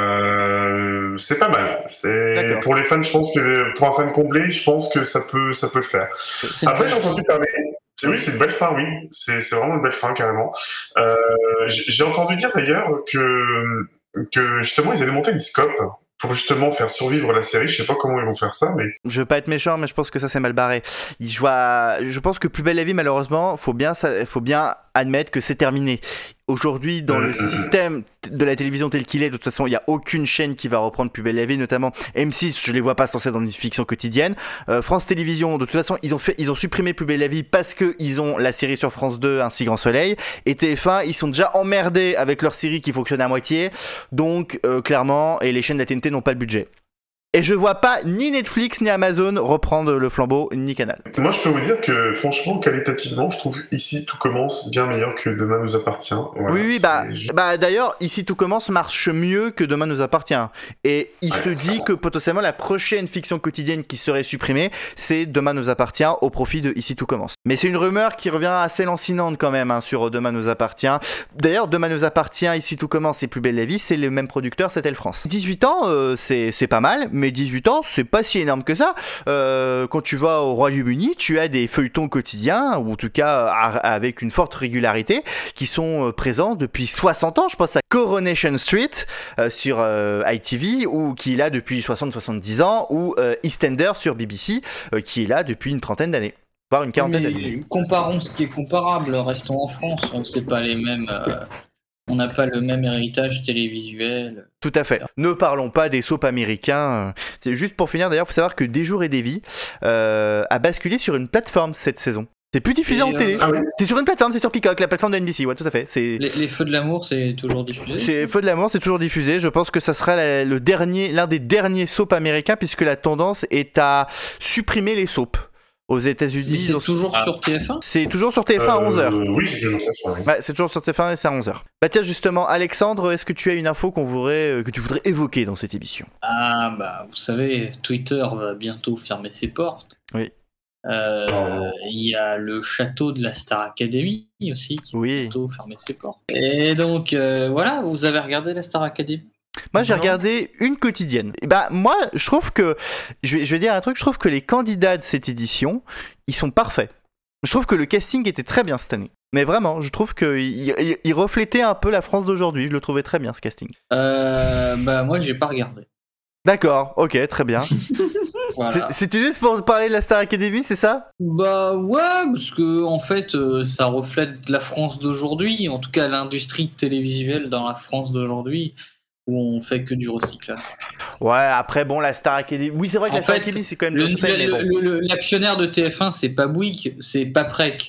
S4: Euh, c'est pas mal. C'est
S1: D'accord.
S4: pour les fans, je pense que pour un fan comblé, je pense que ça peut, ça peut le faire.
S5: c'est une
S4: Après, j'ai
S5: belle
S4: entendu parler. C'est, oui, c'est une belle fin, oui. C'est, c'est vraiment une belle fin, carrément. Euh, j'ai, j'ai entendu dire d'ailleurs que, que justement, ils allaient monter une scope pour justement faire survivre la série. Je sais pas comment ils vont faire ça, mais
S1: je veux pas être méchant, mais je pense que ça s'est mal barré. Je vois, je pense que Plus belle la vie, malheureusement, faut bien, ça, faut bien admettre que c'est terminé. Aujourd'hui, dans le système de la télévision tel qu'il est, de toute façon, il n'y a aucune chaîne qui va reprendre Plus belle la vie, notamment M six, je les vois pas se lancer dans une fiction quotidienne. Euh, France Télévisions, de toute façon, ils ont fait, ils ont supprimé Plus belle la vie parce que ils ont la série sur France deux, Un si grand soleil. Et T F un, ils sont déjà emmerdés avec leur série qui fonctionne à moitié. Donc, euh, clairement, et les chaînes de la T N T n'ont pas le budget. Et je vois pas ni Netflix ni Amazon reprendre le flambeau, ni Canal.
S4: moi, je peux vous dire que franchement, qualitativement, je trouve ici tout commence bien meilleur que Demain nous appartient. Voilà,
S1: oui, oui,
S4: c'est-
S1: bah, bah d'ailleurs, Ici tout commence marche mieux que Demain nous appartient. Et il
S4: Ouais,
S1: se dit
S4: clairement.
S1: que potentiellement la prochaine fiction quotidienne qui serait supprimée, c'est Demain nous appartient au profit de Ici tout commence. Mais c'est une rumeur qui revient assez lancinante quand même hein, sur Demain nous appartient. D'ailleurs, Demain nous appartient, Ici tout commence et Plus belle la vie, c'est le même producteur, c'est Elle France. dix-huit ans, euh, c'est, c'est pas mal, mais dix-huit ans, c'est pas si énorme que ça. Euh, quand tu vas au Royaume-Uni, tu as des feuilletons quotidiens, ou en tout cas à- avec une forte régularité, qui sont euh, présents depuis soixante ans. Je pense à Coronation Street euh, sur euh, I T V, ou qui est là depuis soixante à soixante-dix ans, ou euh, EastEnders sur B B C, euh, qui est là depuis une trentaine d'années, voire une quarantaine d'années.
S5: Mais comparons ce qui est comparable, restons en France, on sait pas les mêmes. euh, On n'a pas le même héritage télévisuel.
S1: Tout à fait. Ne parlons pas des soaps américains. C'est juste pour finir, d'ailleurs, il faut savoir que Des jours et des vies euh, a basculé sur une plateforme cette saison. C'est plus diffusé
S5: Et,
S1: en télé.
S5: euh,
S4: Ah oui.
S1: C'est sur une plateforme, c'est sur Peacock, la plateforme de N B C, ouais, tout à fait. C'est,
S5: Les, les Feux de l'amour, c'est toujours diffusé.
S1: c'est Feu de l'amour, c'est toujours diffusé. Je pense que ça sera la- le dernier, l'un des derniers soaps américains, puisque la tendance est à supprimer les soaps aux
S5: Mais
S1: États-Unis.
S5: c'est
S1: Ils ont-
S5: toujours
S2: Ah.
S5: sur T F un.
S1: C'est toujours sur T F un à onze heures.
S4: Euh, oui, c'est toujours ça. Oui.
S1: Ouais, c'est toujours sur T F un et c'est à onze heures. Bah tiens, justement, Alexandre, est-ce que tu as une info qu'on voudrait, euh, que tu voudrais évoquer dans cette émission?
S5: Ah bah vous savez, Twitter va bientôt fermer ses portes.
S1: Oui.
S5: Euh,
S4: Oh.
S5: Il y a le château de la Star Academy aussi qui va
S1: Oui.
S5: bientôt fermer ses portes. Et donc euh, voilà, vous avez regardé la Star Academy?
S1: Moi, j'ai
S5: Non.
S1: regardé une quotidienne. Et bah, moi, je trouve que. Je vais, je vais dire un truc, je trouve que les candidats de cette édition, ils sont parfaits. Je trouve que le casting était très bien cette année. Mais vraiment, je trouve qu'il il, il reflétait un peu la France d'aujourd'hui. Je le trouvais très bien, ce casting.
S5: Euh, bah moi j'ai pas regardé.
S1: D'accord, ok, très bien.
S5: Voilà.
S1: C'est- C'était juste pour parler de la Star Academy, c'est ça?
S5: Bah ouais, parce que en fait euh, ça reflète la France d'aujourd'hui, en tout cas l'industrie télévisuelle dans la France d'aujourd'hui, où on fait que du recyclage.
S1: Ouais, après, bon, la Star Academy. Oui, c'est vrai que
S5: En
S1: la Star
S5: fait,
S1: Academy, c'est quand même
S5: Le-
S1: le fait, mais
S5: le-
S1: bon.
S5: le- le- L'actionnaire de T F un, c'est pas Bouygues, c'est Paprec.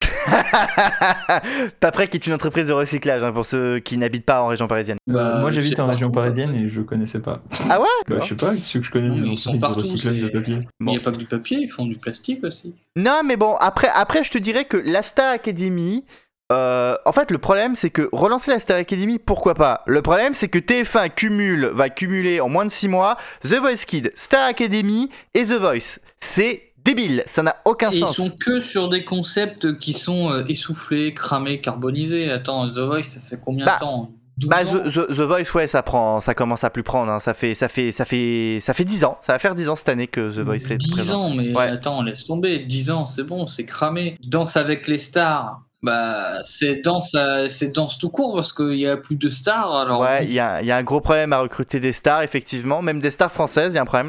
S1: Paprec qui est une entreprise de recyclage, hein, pour ceux qui n'habitent pas en région parisienne.
S5: Bah,
S3: Moi j'habite
S5: c'est
S3: en région
S5: partout,
S3: parisienne et je connaissais pas.
S1: Ah ouais?
S3: Bah, je sais pas, ceux que je connais,
S5: Non,
S3: ils
S5: mais
S3: ont
S5: ils sont
S3: fait du
S5: partout,
S3: recyclage de
S5: c'est-
S3: papier.
S5: Il n'y a pas que du papier, ils font du plastique aussi.
S1: Non, mais bon, après, après je te dirais que la Star Academy, euh, en fait, le problème, c'est que relancer la Star Academy, pourquoi pas? Le problème, c'est que T F un cumule, va cumuler en moins de six mois The Voice Kids, Star Academy et The Voice. C'est débile, ça n'a aucun
S5: Et ils
S1: sens.
S5: sont que sur des concepts qui sont euh, essoufflés, cramés, carbonisés. Attends, The Voice, ça fait combien
S1: Bah,
S5: de temps? douze
S1: Bah,
S5: ans
S1: The, The- The Voice, ouais, ça prend, ça commence à plus prendre. hein. Ça fait, ça fait, ça fait, ça fait dix ans. Ça va faire dix ans cette année que The Voice est
S5: dix
S1: présent.
S5: ans, mais
S1: Ouais.
S5: attends, laisse tomber. dix ans, c'est bon, c'est cramé. Danse avec les stars. Bah, c'est danse, à- c'est danse tout court parce qu'il y a plus de stars. Alors,
S1: Ouais, il y a, il y a un gros problème à recruter des stars, effectivement, même des stars françaises, il y a un problème.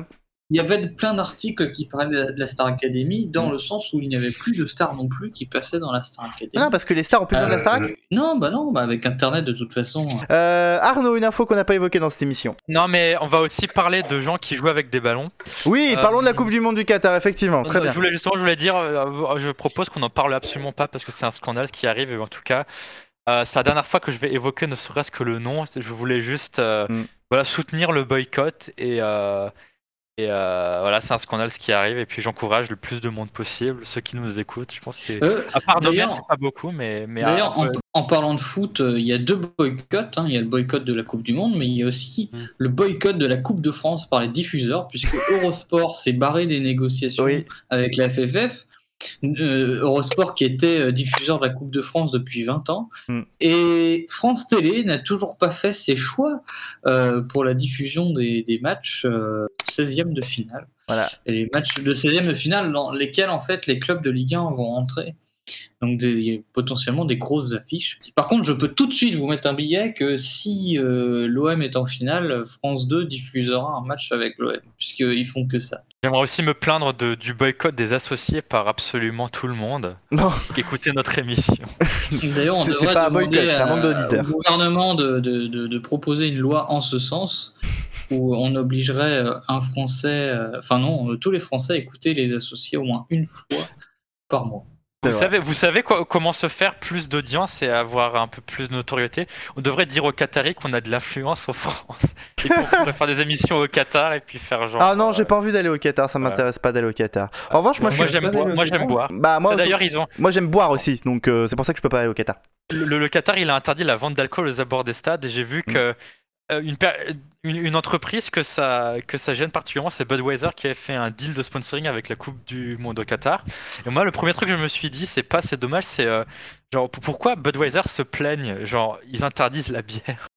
S5: il y avait plein d'articles qui parlaient de la Star Academy dans
S1: Mm.
S5: le sens où il n'y avait plus de stars non plus qui passaient dans la Star Academy.
S1: Non, parce que les stars ont plus besoin de la Starac.
S5: Non, bah non, bah avec Internet de toute façon.
S1: Euh, Arnaud, une info qu'on n'a pas évoquée dans cette émission.
S2: Non, mais on va aussi parler de gens qui jouent avec des ballons.
S1: Oui,
S2: Euh,
S1: parlons de la Coupe du Monde du Qatar, effectivement. Très
S2: Euh,
S1: bien.
S2: Je voulais justement, je voulais dire, euh, je propose qu'on n'en parle absolument pas parce que c'est un scandale qui arrive. Et en tout cas, euh, c'est la dernière fois que je vais évoquer ne serait-ce que le nom. Je voulais juste euh,
S1: Mm.
S2: voilà, soutenir le boycott et, euh, et euh, voilà, c'est un scandale ce qui arrive. Et puis j'encourage le plus de monde possible, ceux qui nous écoutent. Je pense que c'est.
S5: Euh,
S2: À part Domer,
S5: d'ailleurs-
S2: c'est pas beaucoup, mais. mais
S5: D'ailleurs,
S2: euh,
S5: en, en parlant de foot, euh, il y a deux boycotts. hein. Il y a le boycott de la Coupe du Monde, mais il y a aussi
S2: Mm.
S5: le boycott de la Coupe de France par les diffuseurs, puisque Eurosport s'est barré des négociations
S1: Oui.
S5: avec la F F F. Euh, Eurosport qui était euh, diffuseur de la Coupe de France depuis vingt ans.
S1: Mm.
S5: Et France Télé n'a toujours pas fait ses choix euh, pour la diffusion des, des matchs euh, seizième de finale.
S1: Voilà.
S5: Et les matchs de seizième de finale dans lesquels en fait les clubs de Ligue un vont entrer. Donc des, potentiellement des grosses affiches. Par contre, je peux tout de suite vous mettre un billet que si euh, l'O M est en finale, France deux diffusera un match avec l'O M, puisqu'ils font que ça.
S2: J'aimerais aussi me plaindre de, du boycott des associés par absolument tout le monde
S1: Non.
S2: qui écoutait notre émission.
S5: D'ailleurs, on
S1: C'est- c'est
S5: devrait
S1: pas un
S5: demander
S1: boycott, c'est un
S5: à-
S1: manque d'auditeurs.
S5: au gouvernement de, de, de, de proposer une loi en ce sens où on obligerait euh, un Français, euh, enfin non, euh, tous les Français à écouter les associés au moins une fois par mois.
S2: Vous
S1: C'est
S2: savez, vous savez quoi- comment se faire plus d'audience et avoir un peu plus de notoriété? On devrait dire aux Qataris qu'on a de l'influence en France. Et qu'on pourrait faire des émissions au Qatar et puis faire genre.
S1: Ah non, j'ai
S2: euh,
S1: pas envie d'aller au Qatar, ça
S2: voilà.
S1: m'intéresse pas d'aller au Qatar. En revanche, moi,
S2: moi,
S1: je suis...
S2: j'aime
S3: pas
S2: boire.
S3: d'aller au
S2: Moi j'aime
S3: Qatar.
S2: boire.
S1: Bah, moi,
S2: D'ailleurs, ils ont
S1: moi j'aime boire aussi, donc euh, c'est pour ça que je peux pas aller au Qatar.
S2: le, le Qatar, il a interdit la vente d'alcool aux abords des stades et j'ai vu que euh, une, per- une, une entreprise que ça que ça gêne particulièrement, c'est Budweiser qui avait fait un deal de sponsoring avec la Coupe du Monde au Qatar. Et moi, le premier truc que je me suis dit, c'est pas c'est dommage, c'est euh, genre p- pourquoi Budweiser se plaignent, genre ils interdisent la bière.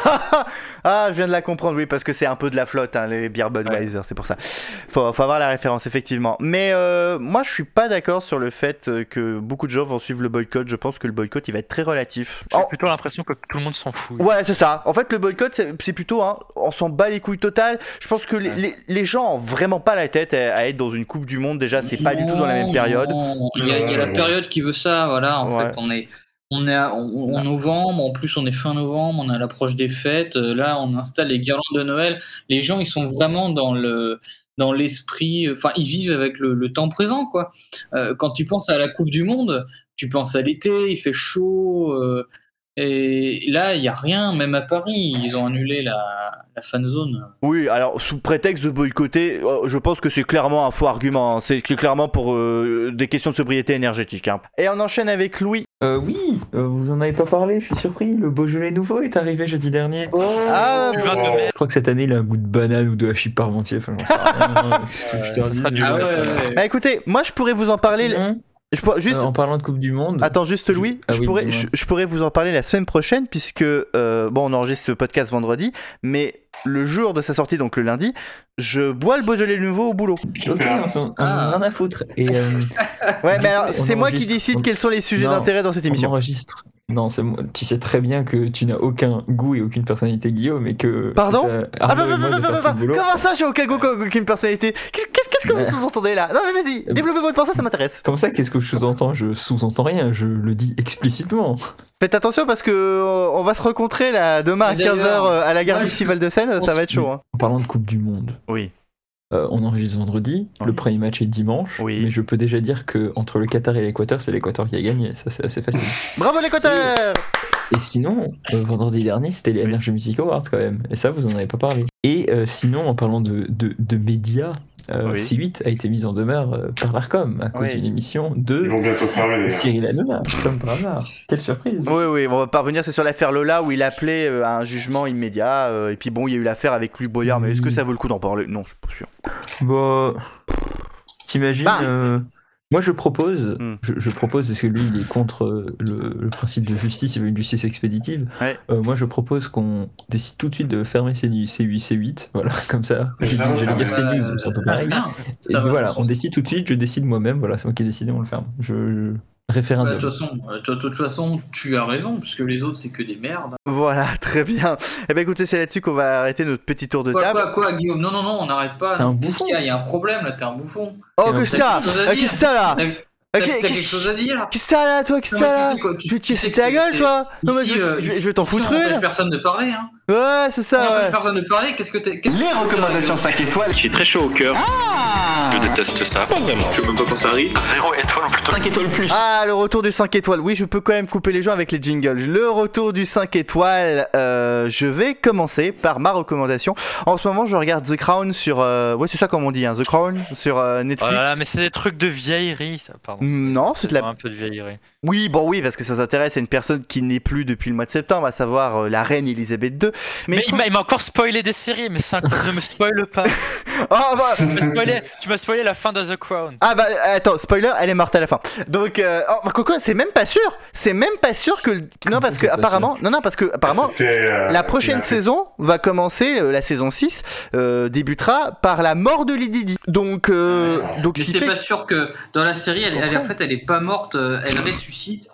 S1: Ah, je viens de la comprendre, oui, parce que c'est un peu de la flotte, hein, les bières Budweiser, c'est pour ça. Faut, faut avoir la référence, effectivement. Mais euh, moi, je suis pas d'accord sur le fait euh, que beaucoup de gens vont suivre le boycott. Je pense que le boycott, il va être très relatif.
S2: J'ai
S1: En-
S2: plutôt l'impression que tout le monde s'en fout.
S1: Ouais, c'est ça. En fait, le boycott, c'est c'est plutôt, hein, on s'en bat les couilles totales. Je pense que les,
S2: Ouais.
S1: les, les gens ont vraiment pas la tête à, à être dans une Coupe du Monde. Déjà, c'est pas du tout dans la même
S5: Non,
S1: période.
S5: non, Il y, a, il y a la période qui veut ça, voilà. En
S1: Ouais.
S5: fait, on est, on est à- on- en novembre, en plus on est fin novembre, on est à l'approche des fêtes. euh, Là, on installe les guirlandes de Noël. Les gens, ils sont vraiment dans le dans l'esprit. Enfin, ils vivent avec le, le temps présent, quoi. Euh, quand tu penses à la Coupe du Monde, tu penses à l'été, il fait chaud. euh, et là, il y a rien, même à Paris, ils ont annulé la, la fan zone.
S1: Oui, alors sous prétexte de boycotter, euh, je pense que c'est clairement un faux argument. hein. C'est c'est clairement pour euh, des questions de sobriété énergétique. hein. Et on enchaîne avec Louis.
S8: Euh, oui, euh, vous en avez pas parlé, je suis surpris. Le Beaujolais nouveau est arrivé jeudi dernier.
S1: Ah,
S2: Tu vas de
S8: Je crois que cette année, il a un goût de banane ou de hachis parmentier. Enfin, j'en sais rien. C'est tout que je te
S2: ça
S8: redis.
S2: sera du-
S5: Ah ouais,
S2: ça,
S5: ouais, ouais.
S1: Bah écoutez, moi je pourrais vous en parler.
S8: Sinon,
S1: Je pourrais- juste.
S8: euh, en parlant de Coupe du Monde.
S1: Attends juste Louis,
S8: Ah
S1: je,
S8: oui,
S1: pourrais,
S8: dis-moi.
S1: je, je pourrais vous en parler la semaine prochaine puisque euh, bon on enregistre ce podcast vendredi, mais le jour de sa sortie donc le lundi, je bois le Beaujolais nouveau au boulot.
S8: Ok,
S4: Super.
S8: on s'en- on
S5: Ah.
S8: en a rien à foutre. Et euh,
S1: Ouais mais alors
S8: On
S1: c'est moi qui
S8: enregistre.
S1: décide
S8: On-
S1: quels sont les sujets
S8: Non,
S1: d'intérêt dans cette
S8: on
S1: émission.
S8: enregistre. Non, c'est moi. Tu sais très bien que tu n'as aucun goût et aucune personnalité, Guillaume, et que.
S1: Pardon
S8: c'est
S1: Attends
S8: à Arnaud
S1: attends
S8: et moi
S1: attends
S8: de faire
S1: attends,
S8: tout le
S1: attends.
S8: boulot.
S1: Comment ça j'ai aucun goût aucune personnalité Qu'est-ce qu'est-ce- qu'est-ce que vous
S8: Bah.
S1: sous-entendez là Non mais vas-y,
S8: Euh,
S1: développez votre pensée, ça m'intéresse.
S8: Comme ça, qu'est-ce que je sous-entends? Je sous-entends rien, je le dis explicitement.
S1: Faites attention parce que euh, on va se rencontrer là demain à
S5: Mais d'ailleurs,
S1: quinze heures à la gare
S5: moi,
S1: du
S5: je-
S1: Festival de Seine, ça va être chaud. hein.
S8: En parlant de Coupe du Monde,
S1: Oui.
S8: euh, on enregistre vendredi,
S1: Oui.
S8: le premier match est dimanche,
S1: Oui.
S8: mais je peux déjà dire que entre le Qatar et l'Équateur, c'est l'Équateur qui a gagné, ça c'est assez facile.
S1: Bravo l'Équateur.
S8: Et sinon, euh, vendredi dernier, c'était les
S1: Oui.
S8: Energy Music Awards quand même, et ça vous en avez pas parlé. Et euh, sinon, en parlant de, de, de médias, euh,
S1: Oui.
S8: C huit a été mise en demeure euh, par l'Arcom à cause
S1: Oui.
S8: d'une émission
S4: Ils
S8: de
S4: vont bientôt fermer d'ailleurs.
S8: Cyril Hanouna, comme par hasard. Quelle surprise!
S1: Oui, oui, on va pas revenir, c'est sur l'affaire Lola où il appelait euh, à un jugement immédiat. euh, et puis bon, il y a eu l'affaire avec Louis Boyard, mais est-ce que ça vaut le coup d'en parler Non, je suis pas sûr.
S8: Bah, t'imagines
S1: Bah.
S8: euh, moi je propose,
S1: Hmm.
S8: je, je propose parce que lui il est contre euh, le, le principe de justice, il veut une justice expéditive.
S1: Ouais.
S8: Euh, moi je propose qu'on décide tout de suite de fermer C huit, C huit, voilà, comme ça.
S4: Mais
S8: J'ai
S4: ça
S8: dit-
S4: va
S8: J'allais dire
S4: fermer.
S8: CNews, mais c'est un peu pareil.
S5: Bien.
S8: Et
S5: Ça va,
S8: voilà,
S5: ça
S8: on
S5: va.
S8: décide tout de suite, je décide moi-même, voilà, c'est moi qui ai décidé, on le ferme. Je, Référendum.
S5: De toute façon, euh, de toute façon, tu as raison, puisque les autres, c'est que des merdes.
S1: Voilà, très bien. Eh ben écoutez, c'est là-dessus qu'on va arrêter notre petit tour de
S5: Quoi,
S1: table.
S5: quoi, quoi, Guillaume? Non, non, non, on n'arrête pas.
S8: T'es un
S5: Qu'est-ce
S8: bouffon.
S5: qu'il y a? Il y a un problème, là, t'es un bouffon.
S1: Oh,
S8: Et
S1: qu'est-ce que
S5: T'as
S1: ça
S5: quelque chose à
S1: Ah,
S5: dire?
S1: Qu'est-ce que ça là
S5: T'as
S1: Ok,
S5: t'as quelque
S1: qu'est-ce-
S5: chose à dire?
S1: Qu'est-ce que ça là, toi Qu'est-ce que
S5: Non,
S1: ça
S5: mais tu
S1: là
S5: sais quoi, tu-
S1: Tu
S5: tu
S1: tu
S5: sais
S1: c'est
S5: que
S1: ta
S5: c'est-
S1: gueule,
S5: c'est-
S1: toi Non, mais
S5: Ici,
S1: je
S5: euh,
S1: je vais- je vais t'en
S5: ici,
S1: foutre
S5: on empêche
S1: une.
S5: personne de parler, hein.
S1: Ouais, c'est
S5: On
S1: ça,
S5: empêche
S1: ouais.
S5: personne de parler, qu'est-ce que t'es... qu'est-ce que
S9: Les
S5: tu-
S9: recommandations cinq étoiles.
S10: Je suis très chaud au cœur. Je déteste ça. Pas vraiment. Je sais même pas quand ça arrive.
S9: Zéro étoile ou plutôt cinq étoiles plus.
S1: Ah, le retour du cinq étoiles. Oui, je peux quand même couper les gens avec les jingles. Le retour du cinq étoiles. Euh, je vais commencer par ma recommandation. En ce moment, je regarde The Crown sur. Euh... Ouais, c'est ça comme on dit, hein, The Crown sur euh,
S2: Oh
S1: Netflix.
S2: là là, mais c'est des trucs de vieillerie, ça, pardon.
S1: Non, c'est de la.
S2: Un peu de vieillerie.
S1: Oui, bon, oui, parce que ça s'intéresse à une personne qui n'est plus depuis le mois de septembre, à savoir euh, la reine Elisabeth deux.
S2: Mais,
S1: je
S2: il
S1: trouve-
S2: m'a- il m'a encore spoilé des séries, mais c'est incroyable, ne me spoile pas.
S1: Oh, bah...
S2: Tu m'as spoilé, tu m'as spoilé la fin de The Crown.
S1: Ah bah attends, spoiler, elle est morte à la fin. Donc euh, oh, Coco, c'est même pas sûr. C'est même pas sûr que non parce que apparemment non non parce que apparemment
S4: C'est, euh,
S1: la prochaine
S4: il a-
S1: saison va commencer euh, la saison six euh, débutera par la mort de Lady Di. Donc euh, donc
S5: Mais
S1: si
S5: c'est
S1: fait-
S5: pas sûr que dans la série, elle, elle, en fait, elle est pas morte, euh, elle ressuscite.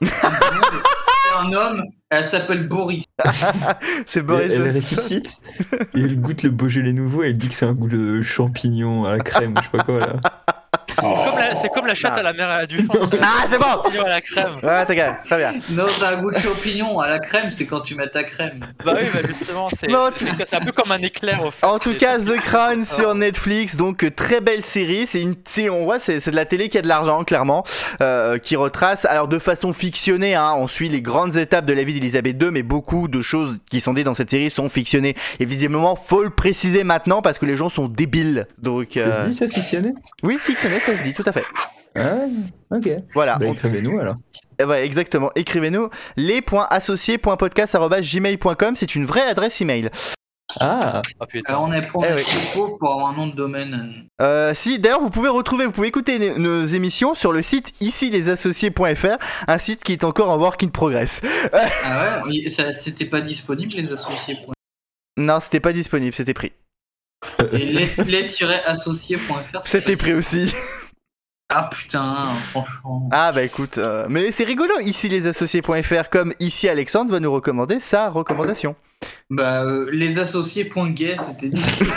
S5: C'est un homme, elle s'appelle Boris.
S1: c'est Boris
S8: Elle, elle
S1: Johnson.
S8: ressuscite et elle goûte le Beaujolais nouveau et elle dit que c'est un goût de champignon à la crème, je sais pas quoi là.
S2: C'est comme, la- c'est comme la chatte à la mer et à du fond.
S1: Ah, c'est bon.
S2: À la crème.
S1: Ouais, t'as gagné, très bien.
S5: Non, t'as un goût de champignon. À la crème, c'est quand tu mets ta crème.
S2: Bah oui, bah justement, c'est,
S1: Non,
S2: c'est, c'est un peu comme un éclair au fait.
S1: En tout
S2: C'est-
S1: cas, The Crown
S2: ça.
S1: sur Netflix, donc euh, très belle série. C'est une, c'est- on voit, c'est, c'est de la télé qui a de l'argent, clairement, euh, qui retrace, alors de façon fictionnée, hein, on suit les grandes étapes de la vie d'Elisabeth deux, mais beaucoup de choses qui sont dites dans cette série sont fictionnées. Et visiblement, faut le préciser maintenant parce que les gens sont débiles. Donc,
S8: Ça
S1: euh,
S8: se dit ça fictionné?
S1: oui, fictionné, ça se dit, tout à fait.
S8: Ah, ok.
S1: Voilà.
S8: Bah
S1: On-
S8: écrivez-nous alors.
S1: Eh ouais, exactement. Écrivez-nous les points associés point podcast arobase gmail point com. C'est une vraie adresse email.
S8: Ah,
S2: Oh putain.
S5: Euh, on est, on
S1: Eh
S5: est
S1: oui.
S5: trop pauvre pour avoir un nom de domaine.
S1: Euh, si, d'ailleurs, vous pouvez retrouver, vous pouvez écouter nos, nos émissions sur le site ici les associés point f r, un site qui est encore en work in progress.
S5: Ah ouais, il- ça, c'était pas disponible les associés.
S1: Non, c'était pas disponible, c'était pris.
S5: Et les- les-associés point f r.
S1: C'était pris aussi.
S5: Ah putain, franchement.
S1: Ah bah écoute, euh, mais c'est rigolo, ici les associés point f r, comme ici Alexandre va nous recommander sa recommandation.
S5: Bah, euh, les associés point gay, c'était disponible.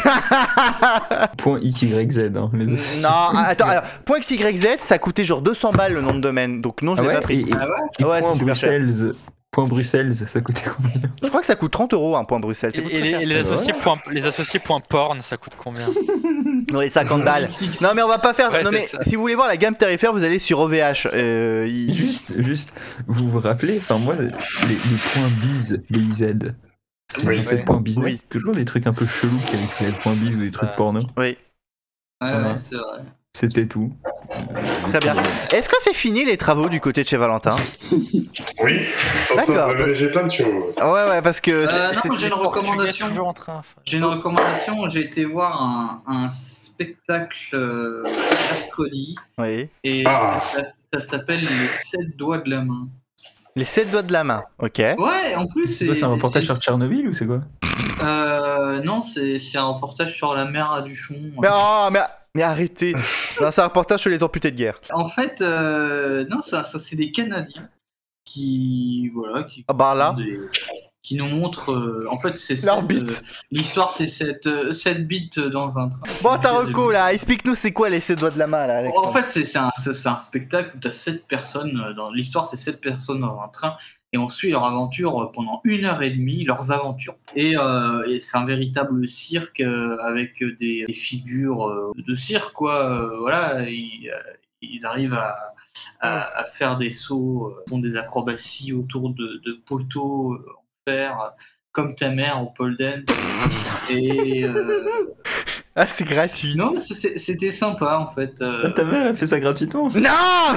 S8: point X Y Z. Hein, les associés.
S1: Non, attends, alors, point .xyz, ça coûtait genre deux cents balles le nom de domaine, donc non, je
S8: Ah
S1: l'ai
S8: ouais,
S1: pas pris.
S8: et, et-
S5: Ah ouais
S8: et
S1: Ouais,
S8: point
S1: c'est super cher.
S8: Bruxelles, point Bruxelles, ça coûtait combien?
S1: Je crois que ça coûte trente euros un point Bruxelles,
S2: Et,
S1: c'est
S2: et les, et les
S8: Ouais.
S2: associés point, les associés point porn, ça coûte combien?
S1: Oui, cinquante balles. Non mais on va pas faire.
S2: Ouais,
S1: non
S2: c'est
S1: mais
S2: ça.
S1: si vous voulez voir la gamme tarifaire, vous allez sur O V H. Euh, il-
S8: Juste, juste, vous vous rappelez, enfin moi, les, les points biz, B I Z, c'est
S4: Oui.
S8: censé être point business,
S1: Oui.
S8: c'est toujours des trucs un peu chelous qui avaient créé le point biz ou des trucs
S2: Ouais.
S8: porno.
S1: Oui,
S5: Ouais,
S8: Voilà.
S5: ouais, c'est vrai.
S8: C'était tout.
S1: très bien. Est-ce que c'est fini les travaux du côté de chez Valentin?
S4: Oui,
S1: D'accord.
S4: j'ai plein de choses.
S1: Ouais, ouais, parce que.
S5: Euh,
S1: c'est-
S5: non,
S1: c'est-
S5: j'ai une recommandation.
S2: Toujours en train. enfin.
S5: J'ai une recommandation. J'ai été voir un, un spectacle euh, mercredi
S1: Oui.
S5: et
S4: Ah.
S5: ça, ça s'appelle Les sept doigts de la main.
S1: Les sept doigts de la main, ok.
S5: Ouais, en plus,
S8: C'est quoi, c'est un reportage
S5: c'est-
S8: sur Tchernobyl ou c'est quoi?
S5: Euh, non, c'est c'est un reportage sur la mer à Duchon.
S1: Mais, oh, mais, mais arrêtez. Non, c'est un reportage sur les amputés de guerre.
S5: En fait, euh, non, ça, ça c'est des Canadiens qui, voilà, qui,
S1: Ah bah là.
S5: des- qui nous montrent. euh, en fait, c'est
S1: Leur
S5: sept,
S1: bite.
S5: euh, l'histoire, c'est sept, euh, sept bits dans un train.
S1: Bon, ta
S5: C'est-
S1: reco là, explique-nous c'est quoi les sept doigts de la main là. Alexandre.
S5: En fait, c'est c'est un, c'est- c'est un spectacle où tu as sept personnes. euh, Dans l'histoire, c'est sept personnes dans un train et on suit leur aventure pendant une heure et demie, leurs aventures. Et, euh, et c'est un véritable cirque euh, avec des, des figures euh, de cirque, quoi. Euh, voilà, ils, euh, ils arrivent à, à, à faire des sauts, euh, font des acrobaties autour de, de poteaux euh, en fer, euh, comme ta mère au pole dance. Et euh,
S1: Ah, c'est gratuit.
S5: non, c'est- c'est- c'était sympa en fait. euh,
S8: Ta mère, elle fait ça gratuitement.
S1: Non.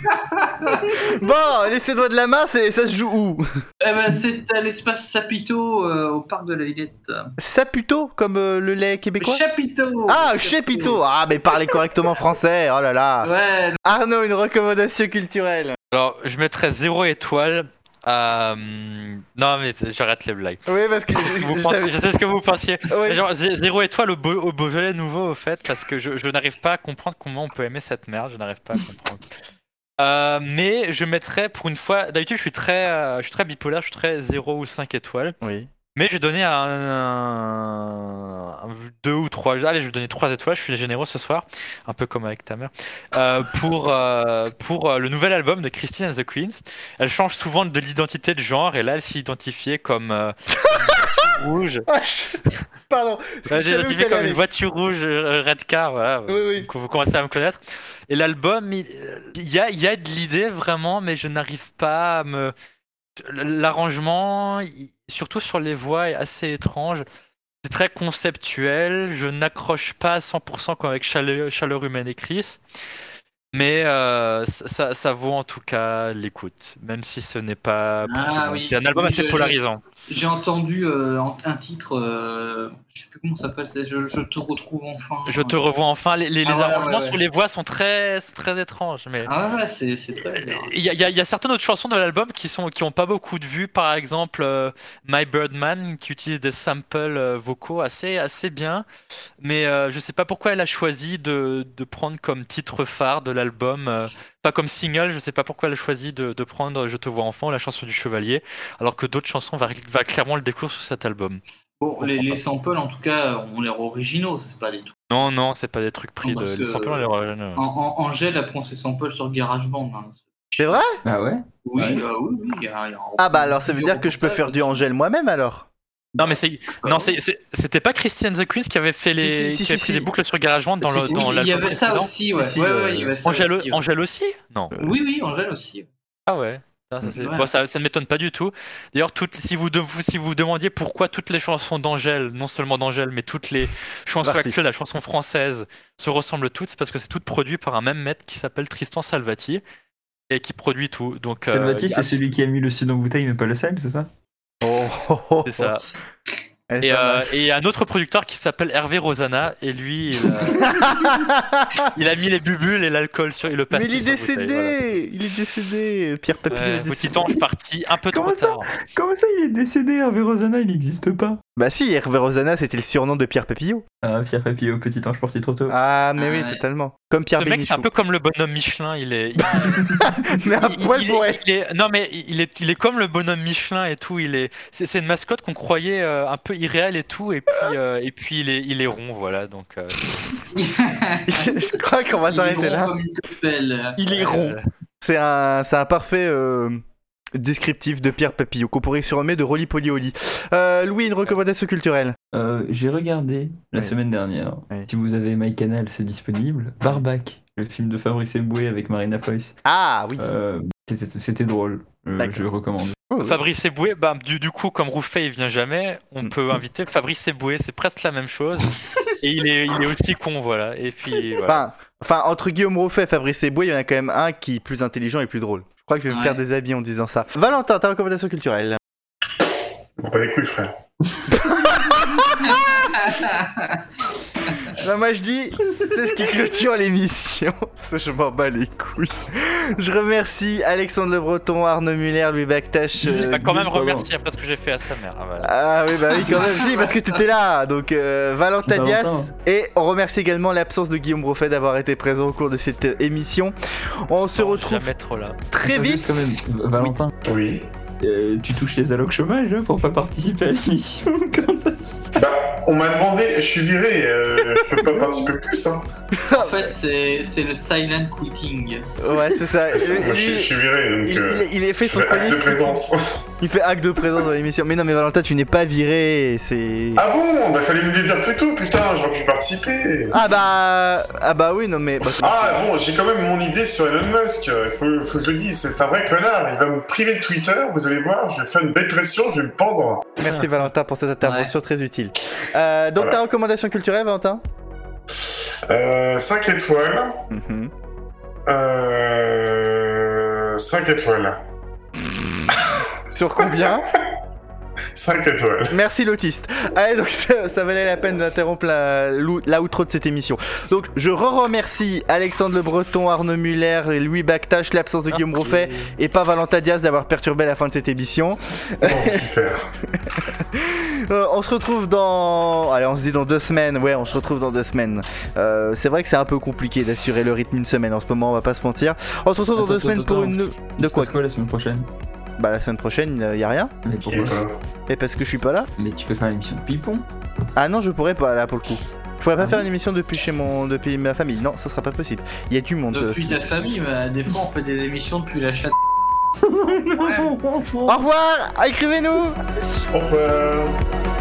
S1: Bon, les sept doigts de la main, c'est ça se joue où?
S5: Eh ben, c'est à l'espace Sapito euh, au parc de la Villette.
S1: Saputo, comme euh, le lait québécois.
S5: Chapiteau.
S1: Ah, Chapiteau. Ah, mais parlez correctement français. Oh là là.
S5: Ouais.
S1: Arnaud, une recommandation culturelle.
S2: Alors, je mettrais zéro étoile à. hum, Non, mais j'arrête les blagues.
S1: Oui, parce que
S2: Je sais ce que vous pensez- je sais ce que vous pensiez.
S1: Oui.
S2: Genre, zé- zéro étoile au, Beau- au Beaujolais nouveau, au fait, parce que je, je n'arrive pas à comprendre comment on peut aimer cette merde. Je n'arrive pas à comprendre. Euh, mais je mettrais pour une fois. D'habitude, je suis très, euh, je suis très bipolaire, je suis très zéro ou cinq étoiles.
S1: Oui.
S2: Mais je vais donner un, un, deux ou trois. Allez, je vais donner trois étoiles. Je suis généreux ce soir, un peu comme avec ta mère. Euh, pour euh, pour euh, le nouvel album de Christine and the Queens. Elle change souvent de l'identité de genre et là, elle s'est identifiée comme euh, une rouge.
S1: Pardon.
S2: Elle s'est identifiée comme une voiture rouge, euh, red car. Voilà.
S1: Oui, oui.
S2: Donc, vous commencez à me connaître. Et l'album, il, il y a il y a de l'idée vraiment, mais je n'arrive pas à me l'arrangement, surtout sur les voix, est assez étrange. C'est très conceptuel. Je n'accroche pas à cent pour cent comme avec Chaleur, Chaleur humaine et Chris. Mais euh, ça, ça vaut en tout cas l'écoute, même si ce n'est pas.
S5: Ah, oui.
S2: C'est un album
S5: oui,
S2: assez
S5: je,
S2: polarisant.
S5: J'ai entendu euh, un titre, euh, je sais plus comment ça s'appelle, c'est je, je te retrouve enfin.
S2: Je te revois enfin. Les, les,
S5: ah,
S2: les
S5: ouais,
S2: arrangements
S5: ouais, ouais.
S2: sur les voix sont très, sont très étranges. Mais...
S5: Ah ouais, c'est, c'est très bien.
S2: Il y, y, y a certaines autres chansons de l'album qui sont qui ont pas beaucoup de vues, par exemple euh, My Birdman, qui utilise des samples euh, vocaux assez, assez bien. Mais euh, je sais pas pourquoi elle a choisi de, de prendre comme titre phare de l'album. Euh, Pas comme single, je sais pas pourquoi elle a choisi de, de prendre Je te vois enfant, la chanson du chevalier, alors que d'autres chansons va, va clairement le découvrir sur cet album.
S5: Bon, les, les samples en tout cas ont l'air originaux, c'est pas des trucs.
S2: Non, non, c'est pas des trucs pris
S5: non,
S2: de. Les samples ont l'air originaux.
S5: En, en, Angèle a pris ses samples sur GarageBand. Hein.
S1: C'est vrai ?
S3: Ah ouais ?
S5: Oui,
S3: ouais.
S5: Euh, oui, oui. Y a, y a
S1: ah bah alors ça veut dire que je peux faire du Angèle moi-même alors ?
S2: Non mais c'est non c'est, c'est c'était pas Christine and the Queens qui avait fait les
S1: si, si,
S2: qui
S1: si,
S2: avait pris
S1: si.
S2: des boucles sur GarageBand dans
S1: si,
S2: le
S1: si,
S2: dans
S5: oui,
S2: l'album.
S5: Il y avait ça
S2: précédent.
S5: aussi, ouais.
S1: Si,
S5: ouais,
S1: euh,
S5: ouais, il y avait ça
S2: Angèle
S5: aussi, ouais.
S2: Angèle aussi ? Non.
S5: Oui, oui, Angèle aussi.
S2: Ah ouais. Ça, ça, c'est...
S5: Ouais.
S2: Bon, ça, ça ne m'étonne pas du tout. D'ailleurs, toutes, si vous de, si vous demandiez pourquoi toutes les chansons d'Angèle, non seulement d'Angèle, mais toutes les chansons
S1: Parti.
S2: actuelles, la chanson française, se ressemblent toutes, c'est parce que c'est toutes produites par un même maître qui s'appelle Tristan Salvati et qui produit tout. Donc,
S8: Salvati,
S2: euh,
S8: c'est celui qui a mis le sud en bouteille mais pas le sel, c'est ça ?
S1: Oh, oh, oh,
S2: c'est ça.
S1: Elle est
S2: Et
S1: pas
S2: euh,
S1: mal.
S2: et un autre producteur qui s'appelle Hervé Rosanna, et lui, il a, il a mis les bubules et l'alcool sur et le
S1: Mais
S2: pastis.
S1: il est
S2: sur
S1: décédé,
S2: la bouteille, voilà, c'est tout.
S1: il est décédé, Pierre Papillon
S2: Ouais,
S1: est décédé.
S2: petit ange parti un peu trop
S8: Comment ça
S2: tard.
S8: Comment ça, il est décédé, Hervé Rosanna, il n'existe pas ?
S1: Bah si, Hervé Rosanna c'était le surnom de Pierre Papillon.
S8: Ah, Pierre Papillot, petit ange parti trop tôt.
S1: Ah mais
S5: Ah,
S1: oui,
S5: ouais.
S1: totalement. Comme Pierre
S2: Ce mec, c'est un
S1: Bénichou.
S2: peu comme le bonhomme Michelin, il est. il-
S1: Mais un
S2: il-
S1: poil
S2: il
S1: pour
S2: est-
S1: elle.
S2: il est- non mais il est, il est comme le bonhomme Michelin et tout. Il est, c'est, c'est une mascotte qu'on croyait euh, un peu irréelle et tout, et puis euh, et puis il est, il est rond, voilà. Donc euh,
S1: Je crois qu'on va
S5: Il est
S1: s'arrêter
S5: rond
S1: là.
S5: comme une coupelle.
S1: Il est rond.
S2: euh,
S1: C'est un, c'est un parfait euh, descriptif de Pierre Papillon qu'on pourrait surnommer de Rolly Poly Oli. Euh, Louis, une recommandation culturelle.
S8: Euh, j'ai regardé la
S1: Oui.
S8: semaine dernière.
S1: Oui.
S8: Si vous avez MyCanal, c'est disponible. Barbac, le film de Fabrice Eboué avec Marina Foïs.
S1: Ah oui.
S8: Euh, c'était, c'était drôle. Euh,
S1: D'accord.
S8: je recommande.
S1: Oh, oui.
S2: Fabrice Eboué, bah, du, du coup, comme Rouffet il vient jamais, on
S1: Mm.
S2: peut inviter Fabrice Eboué, c'est presque la même chose. Et il est, il est aussi con, voilà. Et puis voilà.
S1: Enfin, enfin, entre Guillaume Rouffet et Fabrice Eboué, il y en a quand même un qui est plus intelligent et plus drôle. Je crois que je vais me
S5: Ouais.
S1: faire des habits en disant ça. Valentin, ta recommandation culturelle.
S4: Bon, pas les couilles, frère.
S1: Bah moi je dis, c'est ce qui clôture l'émission. Ça, je m'en bats les couilles. Je remercie Alexandre Le Breton, Arnaud Muller, Louis Bactache.
S2: Je
S1: euh,
S2: vais quand même
S1: Gus-
S2: remercier après ce que j'ai fait à sa mère. Ah, voilà.
S1: Ah oui, bah oui, quand même, si, parce que t'étais là. Donc, euh, Valentin
S8: Valentin.
S1: Dias. Et on remercie également l'absence de Guillaume Broffet d'avoir été présent au cours de cette euh, émission. On se
S2: Non,
S1: retrouve
S2: jamais trop là.
S1: très
S8: Juste
S1: vite.
S8: quand même, Valentin,
S4: Oui.
S8: euh, tu touches les allocs chômage là, pour pas participer à l'émission. Comment ça se fait ?
S4: Bah, on m'a demandé, je suis viré, euh, je peux pas participer plus, hein.
S5: En fait, c'est, c'est le silent quitting.
S1: Ouais, c'est ça.
S4: Moi, je, suis-
S1: Lui,
S4: je suis viré, donc
S1: il,
S4: euh,
S1: il- il est fait
S4: je
S1: son
S4: fais acte de
S1: chronique.
S4: présence.
S1: Il fait acte de présence dans l'émission. Mais non, mais Valentin, tu n'es pas viré. C'est.
S4: Ah bon, bah fallait me le dire plus tôt, putain, j'aurais pu participer.
S1: Ah bah. Ah bah oui, non mais. bah, c'est-
S4: Ah bon, j'ai quand même mon idée sur Elon Musk, faut, faut que je le dise, c'est un vrai connard, il va me priver de Twitter, vous allez voir, je vais faire une belle pression, je vais me pendre.
S1: Merci Valentin pour cette intervention très utile. Euh, donc,
S4: Voilà.
S1: ta recommandation culturelle, Valentin
S4: Euh, cinq étoiles,
S1: Mhm.
S4: euh... cinq étoiles.
S1: Sur combien
S4: cinq étoiles.
S1: Merci l'autiste. Allez, donc ça, ça valait la peine d'interrompre la, l'ou- la outro de cette émission. Donc je re-remercie Alexandre Le Breton, Arnaud Muller et Louis Bactache, l'absence de Guillaume Broffet et pas Valentin Diaz d'avoir perturbé la fin de cette émission.
S4: Bon, super.
S1: Euh, on se retrouve dans... Allez, on se dit dans deux semaines. Ouais, on se retrouve dans deux semaines. Euh, c'est vrai que c'est un peu compliqué d'assurer le rythme une semaine en ce moment, on va pas se mentir. On se retrouve dans
S8: Attends,
S1: deux semaines
S8: attends,
S1: pour
S8: attends.
S1: une...
S8: Il
S1: De
S8: se
S1: quoi
S8: passe quoi la semaine prochaine?
S1: Bah la semaine prochaine, il y a rien.
S8: Mais pourquoi?
S1: Et parce que je suis pas là.
S8: Mais tu peux faire l'émission de Pipon.
S1: Ah non, je pourrais pas là pour le coup. Je pourrais pas faire une émission depuis chez mon... depuis ma famille. Non, ça sera pas possible. Il y a du monde.
S5: Depuis ta famille, bah, des fois on fait des émissions depuis la chatte.
S1: Au revoir, écrivez-nous.
S4: Au revoir.